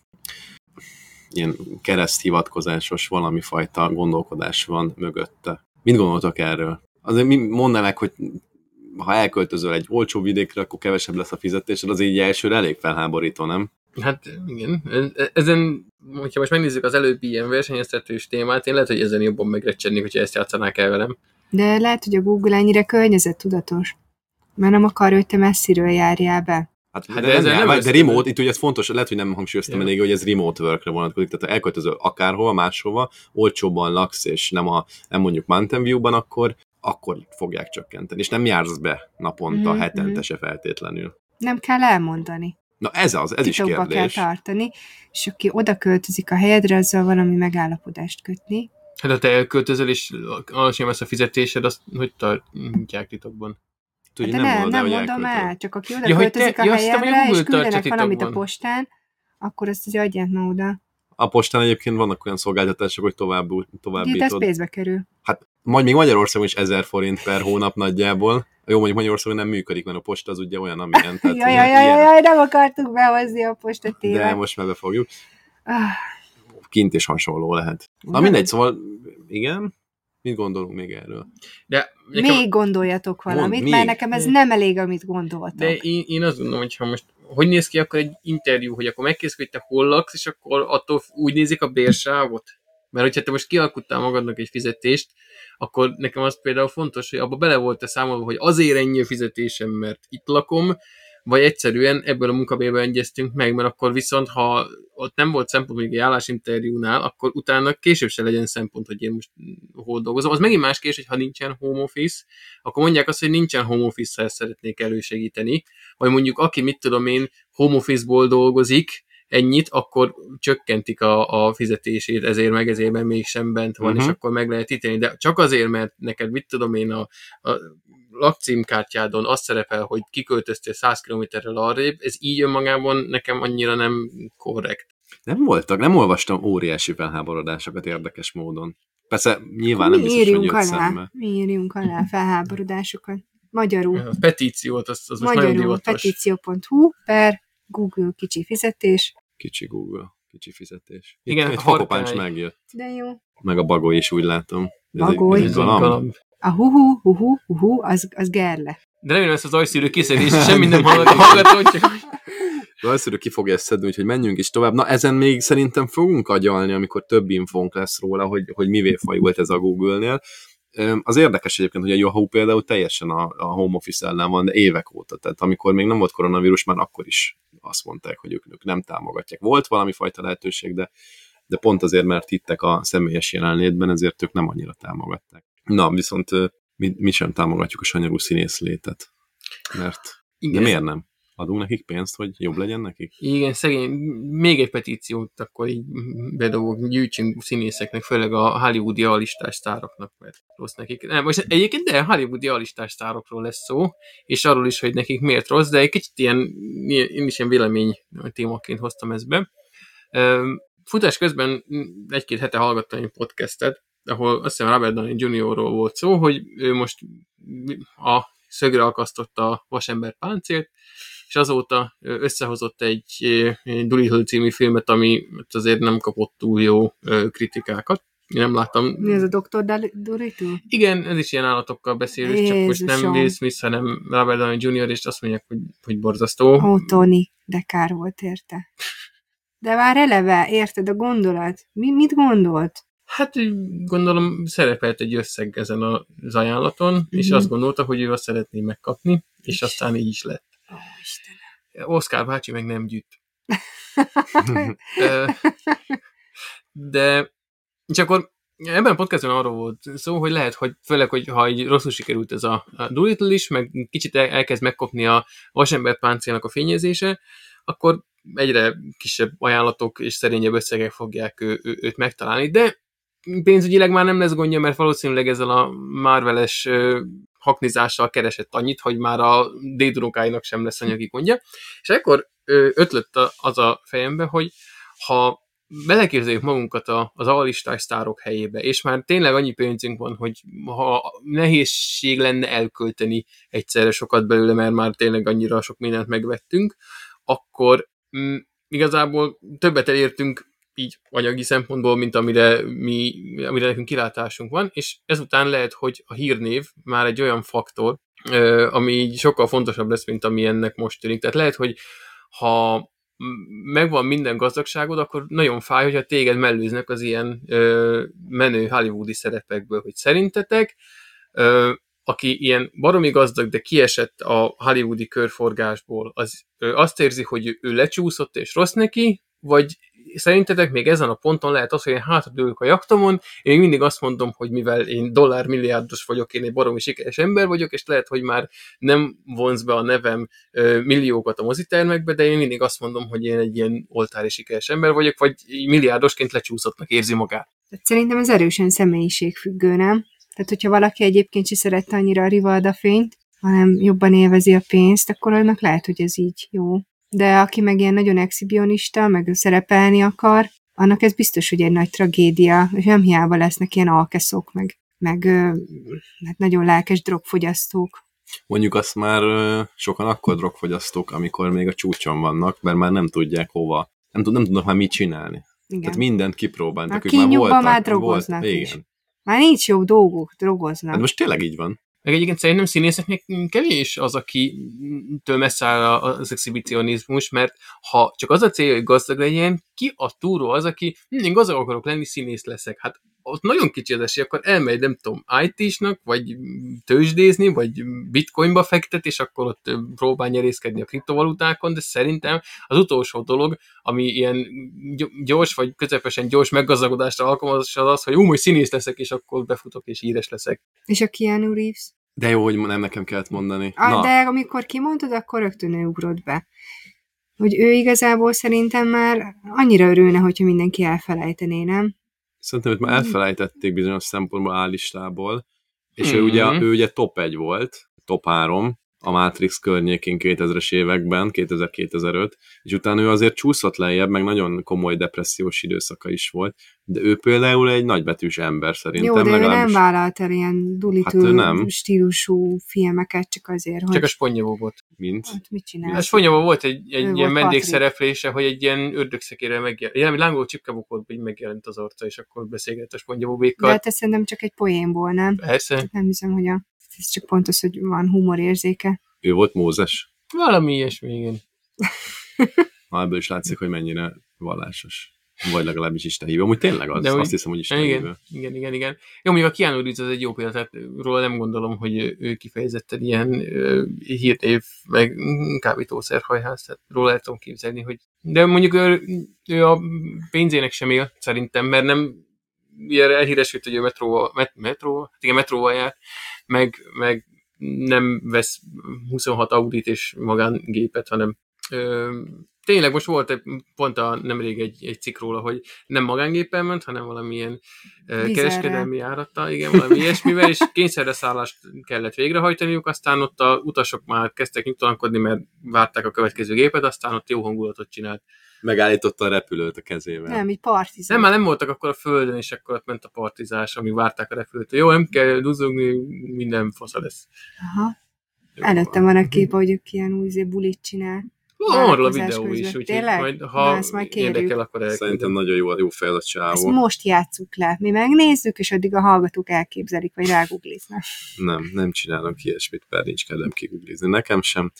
kereszthivatkozásos valami fajta gondolkodás van mögötte. Mit gondoltok erről? Azért mondanák, hogy ha elköltözöl egy olcsó vidékre, akkor kevesebb lesz a fizetésed, az így elsőre elég felháborító, nem? Hát igen. Ezen, hogyha most megnézzük az előbbi ilyen versenyeztetős témát, én lehet, hogy ezen jobban megrecsennék, hogyha ezt játszanák el velem. De lehet, hogy a Google ennyire környezettudatos, mert nem akar, hogy te messziről járjál be. De remote, itt ugye ez fontos, lehet, hogy nem hangsúlyoztam elég, hogy ez remote workre vonatkozik, tehát ha elköltözöl akárhova, máshova, olcsóbban laksz, és nem mondjuk Mountain View-ban, akkor fogják csökkenteni, és nem jársz be naponta, hetente se feltétlenül. Nem kell elmondani. Na ez is Titokba kérdés. kell tartani, és aki oda költözik a helyedre, azzal valami megállapodást kötni. Hát ha te elköltözöl, és alacsonyabb lesz a fizetésed, azt hogy tartják titokban? De nem mondom el, csak aki oda költözik a helyedre, és küldenek valamit a postán, akkor azt azért adják ma oda. A postán egyébként vannak olyan szolgáltatások, hogy továbbítod. Itt ez pénzbe kerül. Hát még Magyarországon is 1000 forint per hónap nagyjából. Jó, mondjuk Magyarországon nem működik, mert a posta az ugye olyan, amilyen. Jaj, nem akartuk behozni a postatévet. De most már befogjuk. Kint is hasonló lehet. Na mindegy, szóval igen. Mit gondolunk még erről? Még gondoljatok valamit, mert nekem ez nem elég, amit gondoltam. De én azt gondolom, hogy ha most hogy néz ki akkor egy interjú, hogy akkor megkérdez, hogy te hol laksz, és akkor attól úgy nézik a bérsávot? Mert hogyha te most kialkuttál magadnak egy fizetést, akkor nekem az például fontos, hogy abba bele volt-e számolva, hogy azért ennyi a fizetésem, mert itt lakom, vagy egyszerűen ebből a munkabérben egyeztünk meg, mert akkor viszont, ha ott nem volt szempont, hogy egy állásinterjúnál, akkor utána később se legyen szempont, hogy én most hol dolgozom. Az megint más kérdés, hogy ha nincsen home office, akkor mondják azt, hogy nincsen home office, ha ezt szeretnék elősegíteni, vagy mondjuk aki, mit tudom én, home office-ból dolgozik ennyit, akkor csökkentik a fizetését, ezért mégsem bent van, és akkor meg lehet ítélni. De csak azért, mert neked, mit tudom én, a lakcímkártyádon azt szerepel, hogy kiköltöztél 100 km-rel arrébb, ez így önmagában nekem annyira nem korrekt. Nem olvastam óriási felháborodásokat érdekes módon. Persze nyilván nem biztos, hogy jött szembe. Mi írjunk alá felháborodásokat. Magyarul. A petíciót, az most magyarul, nagyon divatos. petíció.hu per Google kicsi fizetés. Kicsi Google, kicsi fizetés. Igen, egy fakopáncs megjött. De jó. Meg a bagoly is, úgy látom. Bagoly? Ez galamb. A hu-hu, az gerle. De remélem ezt az ajszűrő kiszedés, semmi nem hallgató, csak... Az ajszűrő ki fogja ezt szedni, úgyhogy menjünk is tovább. Na, ezen még szerintem fogunk agyalni, amikor több infónk lesz róla, hogy mivé fajult ez a Google-nél. Az érdekes egyébként, hogy a Yahoo például teljesen a home office ellen van, de évek óta. Tehát amikor még nem volt koronavírus, már akkor is azt mondták, hogy ők nem támogatják. Volt valami fajta lehetőség, de pont azért, mert hittek a személyes jelenlétben, ezért ők nem annyira támogatták. Na, viszont mi sem támogatjuk a sanyarú színész létet. Mert... Igen. De miért nem? adunk nekik pénzt, hogy jobb legyen nekik? Igen, szegény, még egy petíciót akkor így bedobok, gyűjtsünk színészeknek, főleg a hollywoodi alistás sztároknak, mert rossz nekik. Nem, most egyébként de hollywoodi alistás sztárokról lesz szó, és arról is, hogy nekik miért rossz, de egy kicsit én is ilyen vélemény témaként hoztam ezt be. Futás közben egy-két hete hallgattam egy podcastet, ahol azt hiszem Robert Downey Jr.-ról volt szó, hogy ő most a szögre akasztotta a vasember páncélt, és azóta összehozott egy Dolittle című filmet, ami azért nem kapott túl jó kritikákat. Én nem láttam. Mi ez a Dr. Dolittle? Igen, ez is ilyen állatokkal beszél, csak most nem Will Smith, hanem Robert Downey Jr., és azt mondják, hogy borzasztó. Ó, Tony, de kár volt érte. De már eleve, érted a gondolat? Mit gondolt? Hát gondolom szerepelt egy összeg ezen az ajánlaton, és azt gondolta, hogy ő azt szeretné megkapni, és aztán így is lett. Ó, Istenem. Oscar bácsi meg nem gyűjt. De és akkor ebben a podcastban arról volt szó, hogy lehet, hogy főleg, hogy ha így rosszul sikerült ez a Dolittle is, meg kicsit elkezd megkopni a vasember páncélnak a fényezése, akkor egyre kisebb ajánlatok és szerényebb összegek fogják őt megtalálni, de pénzügyileg már nem lesz gondja, mert valószínűleg ezzel a Marvel-es haknizással keresett annyit, hogy már a dédunokáinak sem lesz anyagi gondja. És akkor ötlött az a fejembe, hogy ha beleképzeljük magunkat az alistás sztárok helyébe, és már tényleg annyi pénzünk van, hogy ha nehézség lenne elkölteni egyszerre sokat belőle, mert már tényleg annyira sok mindent megvettünk, akkor igazából többet elértünk így anyagi szempontból, mint amire nekünk kilátásunk van, és ezután lehet, hogy a hírnév már egy olyan faktor, ami így sokkal fontosabb lesz, mint ami ennek most tűnik. Tehát lehet, hogy ha megvan minden gazdagságod, akkor nagyon fáj, hogyha téged mellőznek az ilyen menő hollywoodi szerepekből, hogy szerintetek, aki ilyen baromi gazdag, de kiesett a hollywoodi körforgásból, az azt érzi, hogy ő lecsúszott és rossz neki, vagy szerintetek még ezen a ponton lehet az, hogy én hátradőlök a jaktomon, én még mindig azt mondom, hogy mivel én dollármilliárdos vagyok, én egy baromi sikeres ember vagyok, és lehet, hogy már nem vonz be a nevem milliókat a mozitermekbe, de én mindig azt mondom, hogy én egy ilyen oltári sikeres ember vagyok, vagy milliárdosként lecsúszottnak érzi magát. Szerintem ez erősen személyiségfüggő, nem? Tehát, hogyha valaki egyébként sem szerette annyira a Rivalda fényt, hanem jobban élvezi a pénzt, akkor annak lehet, hogy ez így jó. De aki meg ilyen nagyon exhibionista, meg szerepelni akar, annak ez biztos, hogy egy nagy tragédia, és nem hiába lesznek ilyen alkeszok, meg hát nagyon lelkes drogfogyasztók. Mondjuk azt már sokan akkor drogfogyasztók, amikor még a csúcson vannak, mert már nem tudják hova. Nem tudnak már mit csinálni. Igen. Tehát mindent kipróbálnak. A kínjukban már drogoznak is. Igen. Már nincs jobb dolguk, drogoznak. Hát most tényleg így van. Meg egyébként szerintem színészeknek kevés az, akitől messze áll az exhibicionizmus, mert ha csak az a célja, hogy gazdag legyen, ki a túró az, aki én gazdag akarok lenni, színész leszek. Hát ott nagyon kicsi az esély, akkor elmegy, nem tudom, IT-snak, vagy tőzsdézni, vagy bitcoinba fektet, és akkor ott próbál nyerészkedni a kriptovalutákon, de szerintem az utolsó dolog, ami ilyen gyors, vagy közepesen gyors meggazdagodásra alkalmas, az, hogy majd színész leszek, és akkor befutok, és híres leszek. És a Keanu Reeves? De jó, hogy nem nekem kellett mondani. De amikor kimondod, akkor rögtön ő ugrott be. Hogy ő igazából szerintem már annyira örülne, hogyha mindenki elfelejtené, nem? Szerintem, hogy már elfelejtették bizonyos szempontból állistából, és ő ugye top 1 volt, top 3 a Matrix környékén 2000-es években, 2000-2005, és utána ő azért csúszott lejjebb, meg nagyon komoly depressziós időszaka is volt, de ő például egy nagybetűs ember szerintem. Jó, de ő nem vállalt el ilyen Dolittle stílusú filmeket, csak azért, hogy... Csak a Spongyabob volt. Mint? Hát, mit csinál? A Spongyabob volt egy ilyen vendégszereplése, hogy egy ilyen ördögszekére megjelent. Ilyen lángoló csipkebukót megjelent az arca, és akkor beszélgett a Spongyabobékkal. De hát ez szerintem csak egy poénból, nem? Persze. Nem hiszem, hogy ez csak pont az, hogy van humorérzéke. Ő volt Mózes? Valami ilyesmi, igen. Ebből is látszik, hogy mennyire vallásos. Vagy legalábbis Isten hívő. Amúgy tényleg az. Azt hiszem, hogy Isten hívő. Igen. Jó, mondjuk a Keanu Reeves az egy jó példa, tehát róla nem gondolom, hogy ő kifejezetten ilyen hírnév, meg kábítószerhajház, tehát róla el tudom képzelni, hogy... De mondjuk ő a pénzének sem él, szerintem, mert nem ilyen elhíresült, hogy ő metróval járt, meg nem vesz 26 Audit és magángépet, hanem tényleg most volt pont nemrég egy cikk róla, hogy nem magángéppel ment, hanem valamilyen kereskedelmi járattal, igen, valami ilyesmivel, és kényszerre szállást kellett végrehajtaniuk, aztán ott a utasok már kezdtek nyugtalankodni, mert várták a következő gépet, aztán ott jó hangulatot csinált. Megállította a repülőt a kezével. Nem, így partizás. Nem, már nem voltak akkor a földön, és akkor ott ment a partizás, amíg várták a repülőt. Jó, nem kell duzzogni, minden fasza lesz. Aha. Előttem van a kép, hogy ők ilyen új bulit csinál. Arról a videó is, úgyhogy majd, ha majd érdekel, akkor elküldöm. Szerintem nagyon jó fel a csávó. Ezt most játsszuk le. Mi megnézzük, és addig a hallgatók elképzelik, vagy rágoogliznak. Nem csinálok ilyesmit, mert nincs kedvem kigooglizni. Nekem sem.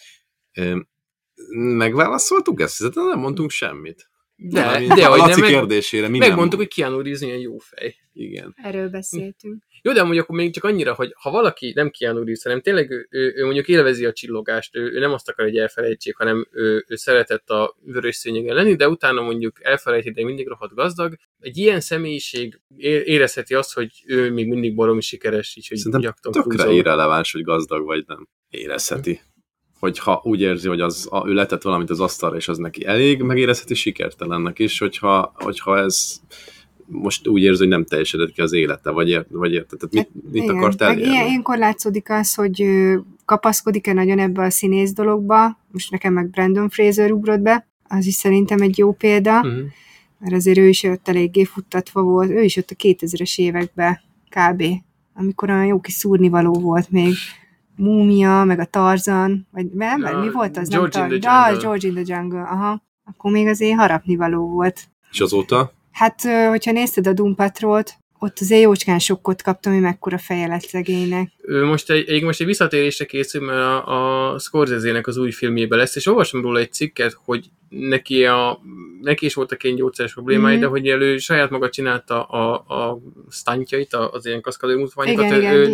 Megválaszoltuk ezt? Nem mondtunk semmit. De a Laci kérdésére minden megmondtuk, hogy Keanu Reeves ilyen jó fej. Igen. Erről beszéltünk. Jó, de mondjuk akkor még csak annyira, hogy ha valaki nem Keanu Reeves, hanem tényleg ő mondjuk élvezi a csillogást, ő nem azt akar, hogy elfelejtsék, hanem ő szeretett a vörös szőnyegen lenni, de utána mondjuk elfelejti, de mindig rohadt gazdag. Egy ilyen személyiség érezheti azt, hogy ő még mindig baromi sikeres, így, hogy szerintem tökre irreleváns, hogy gazdag vagy nem. Érezheti. Hogyha úgy érzi, hogy ő letett valamit az asztalra, és az neki elég, megérezheti sikertelennek is, hogyha ez most úgy érzi, hogy nem teljesedett ki az élete, vagy érted? Tehát mit akart elérni? Ilyenkor látszódik az, hogy kapaszkodik-e nagyon ebbe a színész dologba, most nekem meg Brandon Fraser ugrott be, az is szerintem egy jó példa, mert azért ő is ott eléggé futtatva volt, ő is ott a 2000-es években kb., amikor olyan jó kis szúrnivaló volt még, Múmia, meg a Tarzan, vagy mi volt az? George in the Jungle, aha. Akkor még azért harapnivaló volt. És azóta? Hát, hogyha nézted a Doom Patrolt, ott azért jócskán sokkot kaptam, hogy mekkora feje lett szegénynek. Most egy visszatérésre készül, mert a Scorsese-nek az új filmjében lesz, és olvasom róla egy cikket, hogy neki is voltak ilyen gyógyszeres problémái, de hogy ő saját maga csinálta a stuntjait, az ilyen kaszkadőr mutványokat. Igen,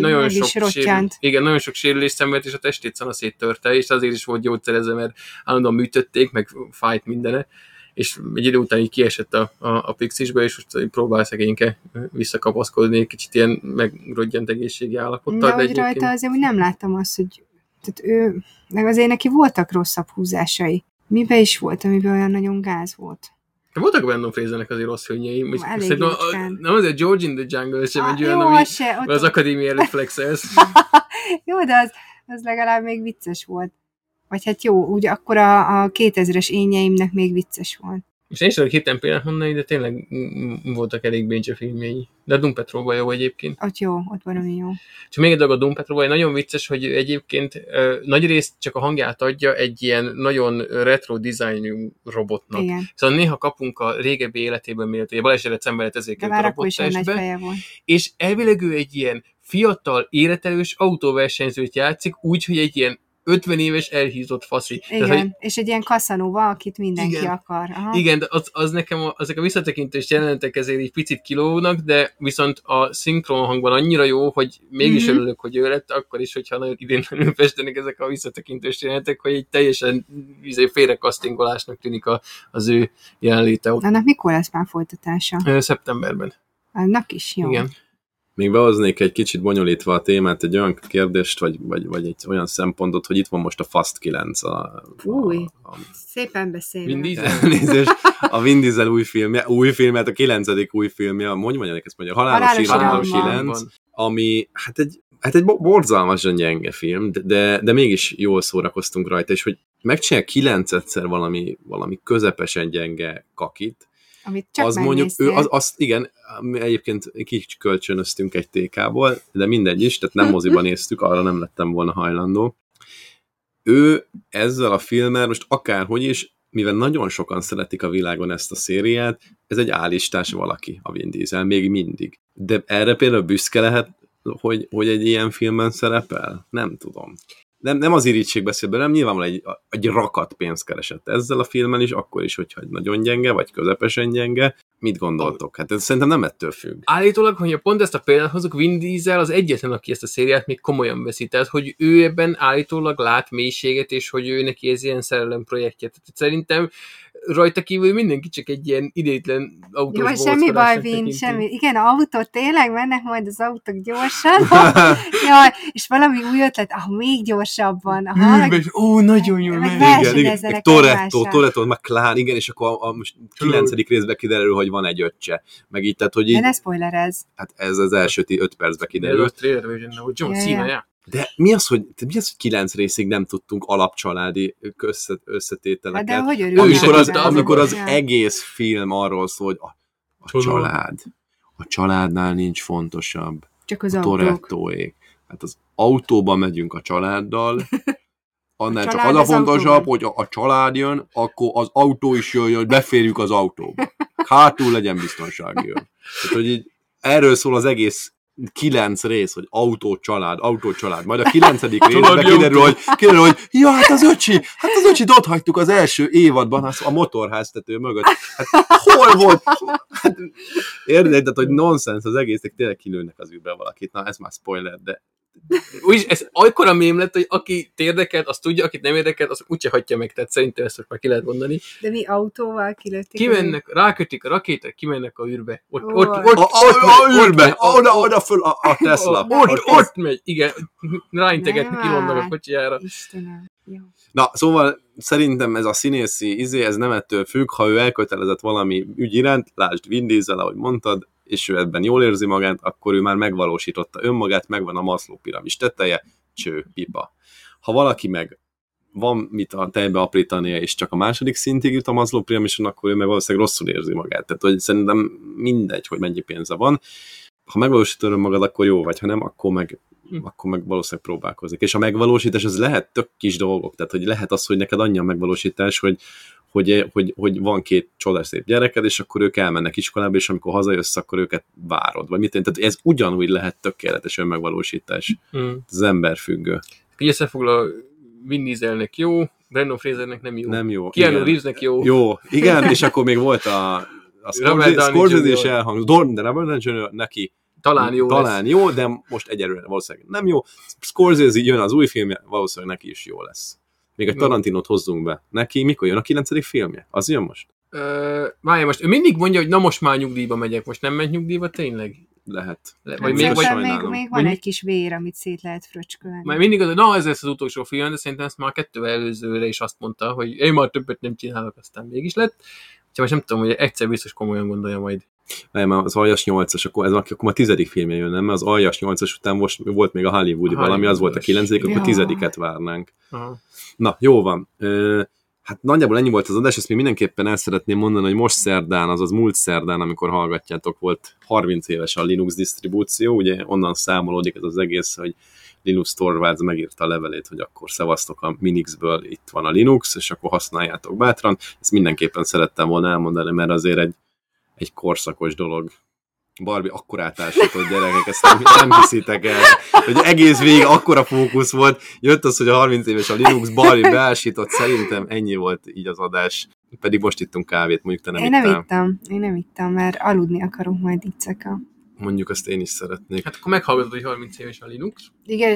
nagyon sok sérülést szenvedt, és a testét szana széttörte, és azért is volt gyógyszerezve, mert állandóan műtötték, meg fájt mindene, és egy idő után így kiesett a pixisbe, és most próbál szegényke visszakapaszkodni, egy kicsit ilyen megrodjant egészségi állapottal. De hogy rajta azért úgy nem láttam azt, hogy tehát ő, meg azért neki voltak rosszabb húzásai. Miben is volt, amiben olyan nagyon gáz volt? De voltak Brandon Frasernek azért rossz filmjei. Nem azért George in the Jungle sem egy olyan, jó, ami ott az akadémia előtt flexelsz. Jó, de az legalább még vicces volt. Vagy hát jó, ugye akkor a 2000-es énjeimnek még vicces volt. Most én is tudok hirtelen példát mondani, de tényleg voltak elég béncse filmjei. De a Doom Patrol jó egyébként. Ott jó, ott valami jó. Csak még egy dolog a Doom Patrol nagyon vicces, hogy egyébként nagy részt csak a hangját adja egy ilyen nagyon retro dizájnú robotnak. Igen. Szóval néha kapunk a régebbi életében, miért ugye Balázs szenvedett ezért a robottestbe. És elvileg ő egy ilyen fiatal, életerős autóversenyzőt játszik, úgy, hogy egy ilyen 50 éves elhízott faszi. Igen, tehát, hogy... és egy ilyen Casanova, akit mindenki akar. Aha. Igen, de az nekem ezek a visszatekintős jelenetek ezért egy picit kilógnak, de viszont a szinkron hangban annyira jó, hogy mégis örülök, hogy ő lett, akkor is, hogyha nagyon idéntelenül festenek ezek a visszatekintős jelenetek, hogy egy teljesen félrekasztingolásnak tűnik az ő jelenléte ott. Annak mikor lesz már folytatása? Szeptemberben. Annak is jó. Igen. Még behoznék egy kicsit bonyolítva a témát, egy olyan kérdést, vagy egy olyan szempontot, hogy itt van most a Fast 9. Szépen beszélünk. A Vin Diesel új filmje, a 9. új filmje, mondják ezt mondja, Halálos 9, ami egy borzalmasan gyenge film, de mégis jól szórakoztunk rajta, és hogy megcsinál 9-szer valami közepesen gyenge kakit, amit csak az mondjuk, igen, egyébként kikölcsönöztünk egy TK-ból, de mindegy is, tehát nem moziban néztük, arra nem lettem volna hajlandó. Ő ezzel a filmmel, most akárhogy is, mivel nagyon sokan szeretik a világon ezt a szériát, ez egy álistás valaki, a Vin Diesel, még mindig. De erre például büszke lehet, hogy egy ilyen filmben szerepel? Nem tudom. Nem az irigység beszél belőlem, nyilvánvalóan egy rakat pénzt keresett ezzel a filmen is, akkor is, hogyha nagyon gyenge, vagy közepesen gyenge. Mit gondoltok? Hát ez szerintem nem ettől függ. Állítólag, hogyha pont ezt a példát hozok, Vin Diesel az egyetlen, aki ezt a szériát még komolyan veszi. Tehát, hogy ő ebben állítólag lát mélységet, és hogy ő neki ez ilyen szerelem projektje. Tehát szerintem rajta kívül mindenki csak egy ilyen idétlen autós Jó, semmi baj, Vin, semmi. Igen, autót tényleg mennek majd az autók gyorsan. Jaj, és valami új ötlet, még gyorsabban. Nagyon jó. Igen. Toretto, McLaren, igen, és akkor most 9. részben kiderül, hogy van egy öccse. Meg így, tehát, hogy így... De ne spoilerezz. Hát ez az első 5 percben kiderül. A trailerben is hogy John Cena, De mi az, hogy 9 részig nem tudtunk alapcsaládi összetételeket? Hát de hogy örülünk? Amikor az egész film arról szól, hogy a család. A családnál nincs fontosabb. Csak az Torettoék. Hát az autóban megyünk a családdal, annál csak az a fontosabb, hogy a család jön, akkor az autó is jön, hogy beférjük az autóba. Hátul legyen biztonsági jön. Tehát, hogy így erről szól az egész 9 rész, hogy autó, család. Majd a 9. részben kiderül, hogy ja, hát az öcsit ott hagytuk az első évadban, a motorháztető mögött. Hát hol volt? Hát, érted, tehát, hogy nonsens az egész, tényleg kilőnek az űrbe valakit. Na, ez már spoiler, de... Úgyis ez olykor a mém lett, hogy aki érdekelt, azt tudja, akit nem érdekelt, azt úgyse hagyja meg, tehát szerintem ezt most már ki lehet mondani. De mi autóval kilőtték? Kimennek, rákötik a rakétát, kimennek a űrbe. Oda föl a Tesla. Ott megy, igen, ráintegetni kilonnak a kocsijára. Istenem, jó. Na, szóval szerintem ez a színészi ez nem ettől függ, ha ő elkötelezett valami ügy iránt, lásd Vin Diesel, ahogy mondtad, és ő ebben jól érzi magát, akkor ő már megvalósította önmagát, megvan a Maslow piramis teteje, pipa. Ha valaki meg van mit a tejbe aprítania, és csak a második szintig jut a Maslow piramison, akkor ő meg valószínűleg rosszul érzi magát. Tehát, hogy szerintem mindegy, hogy mennyi pénze van. Ha megvalósítod önmagad, akkor jó vagy, ha nem, akkor meg valószínűleg próbálkozik. És a megvalósítás az lehet tök kis dolgok, tehát hogy lehet az, hogy neked annyi a megvalósítás, hogy van 2 csodaszép gyereked, és akkor ők elmennek iskolába, és amikor hazajössz, akkor őket várod, vagy mit én. Tehát ez ugyanúgy lehet tökéletes önmegvalósítás. Az ember függő. Így összefoglal, Vin Dieselnek jó, Brendan Frasernek nem jó. Keanu Reevesnek jó. Jó, igen, és akkor még volt a Scorsese is elhangzott, de Robert Downey neki talán jó, de most egyelőre valószínűleg nem jó. Scorsese jön az új filmje, valószínűleg neki is jó lesz. Még egy Tarantinót hozzunk be. Neki mikor jön a 9. filmje? Az jön most? Várja, most ő mindig mondja, hogy na most már nyugdíjba megyek. Most nem megy nyugdíjba tényleg? Lehet. Vagy még van egy kis vér, amit szét lehet fröcskölni. Majd mindig az, hogy ez lesz az utolsó film, de szerintem ezt már 2 előzőre is azt mondta, hogy én már többet nem csinálok, aztán mégis lett. Úgyhogy most nem tudom, hogy egyszer biztos komolyan gondolja majd. Nem, az Aljas 8-as, akkor már 10. filmje jön, nem? Mert az Aljas 8-as után most volt még a Hollywoodi valami, az volt a 9., akkor 10-et várnánk. Aha. Na, jó van. Hát nagyjából ennyi volt az adás, ezt még mindenképpen el szeretném mondani, hogy most szerdán, azaz múlt szerdán, amikor hallgatjátok, volt 30 éves a Linux disztribúció, ugye onnan számolódik ez az egész, hogy Linus Torvalds megírta a levelét, hogy akkor szevasztok a Minixből, itt van a Linux, és akkor használjátok bátran. Ezt mindenképpen szerettem volna elmondani, mert azért egy korszakos dolog. Barbie akkor átásított, gyerekek, ezt nem hiszitek el. Hogy egész végig akkora fókusz volt, jött az, hogy a 30 éves a Linux, Barbie beásított, szerintem ennyi volt így az adás. Pedig most ittunk kávét, mondjuk te nem ittál. Én nem ittam, mert aludni akarok majd icceka. Mondjuk azt én is szeretnék. Hát akkor meghallgatod, hogy 30 éves a Linux. Igen.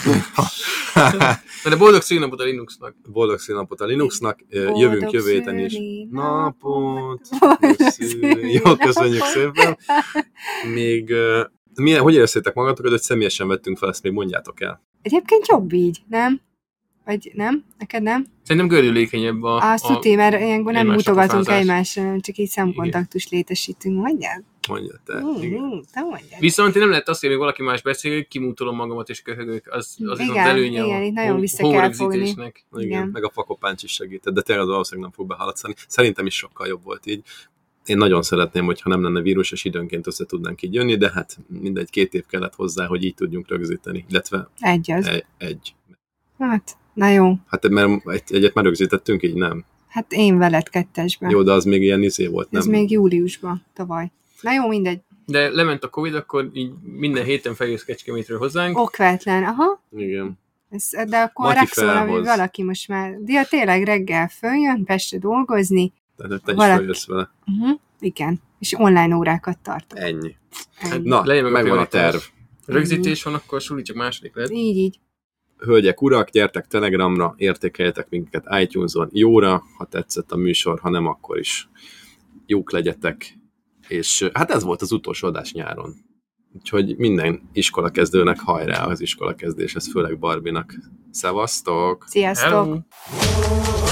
De boldog szülinapot a Linuxnak. Boldog szülinapot a Linuxnak. Jövünk jövő héten is. Napot. Jó, köszönjük szépen. Még hogy éreztétek magatokat, hogy személyesen vettünk fel, ezt még mondjátok el. Egyébként jobb így, nem? Vagy nem? Neked nem? Szerintem gördülékenyebb azt tudni, mert ilyenkor nem mutogatunk egymásra, csak így szemkontaktust létesítünk. Mondjál? Mondjad te. Viszont nem lehet azt, hogy még valaki más beszél, hogy kimutolom magamat és köhögök. Az viszont előnye igen, itt nagyon vissza kell fogni. Igen, meg a fakopáncs is segített, de tényleg valószínűleg nem fog behaladszani. Szerintem is sokkal jobb volt így. Én nagyon szeretném, hogyha nem lenne vírus, és időnként össze tudnánk így jönni, de hát mindegy, 2 év kellett hozzá, hogy így tudjunk rögzíteni. Illetve egy. Hát, na jó. Hát mert egyet már rögzítettünk, így nem. Hát én veled 2-esben. Jó, de az még ilyen volt, nem? Ez még júliusban, tavaly. Na jó, mindegy. De lement a Covid, akkor így minden héten feljössz Kecskemétről hozzánk. Okvetlen, aha. Igen. De akkor rákszól, hogy valaki most már, de tényleg reggel följön Pestre dolgozni. Tehát te is feljössz vele. Igen, és online órákat tartok. Ennyi. Na, megvan a terv. Rögzítés van, akkor suli csak második lehet. Így. hölgyek, urak, gyertek Telegramra, értékeljetek minket iTunes-on jóra, ha tetszett a műsor, ha nem, akkor is jók legyetek. És hát ez volt az utolsó adás nyáron. Úgyhogy minden iskolakezdőnek hajrá az iskolakezdés, ez főleg Barbinak. Szevasztok! Sziasztok! Hello.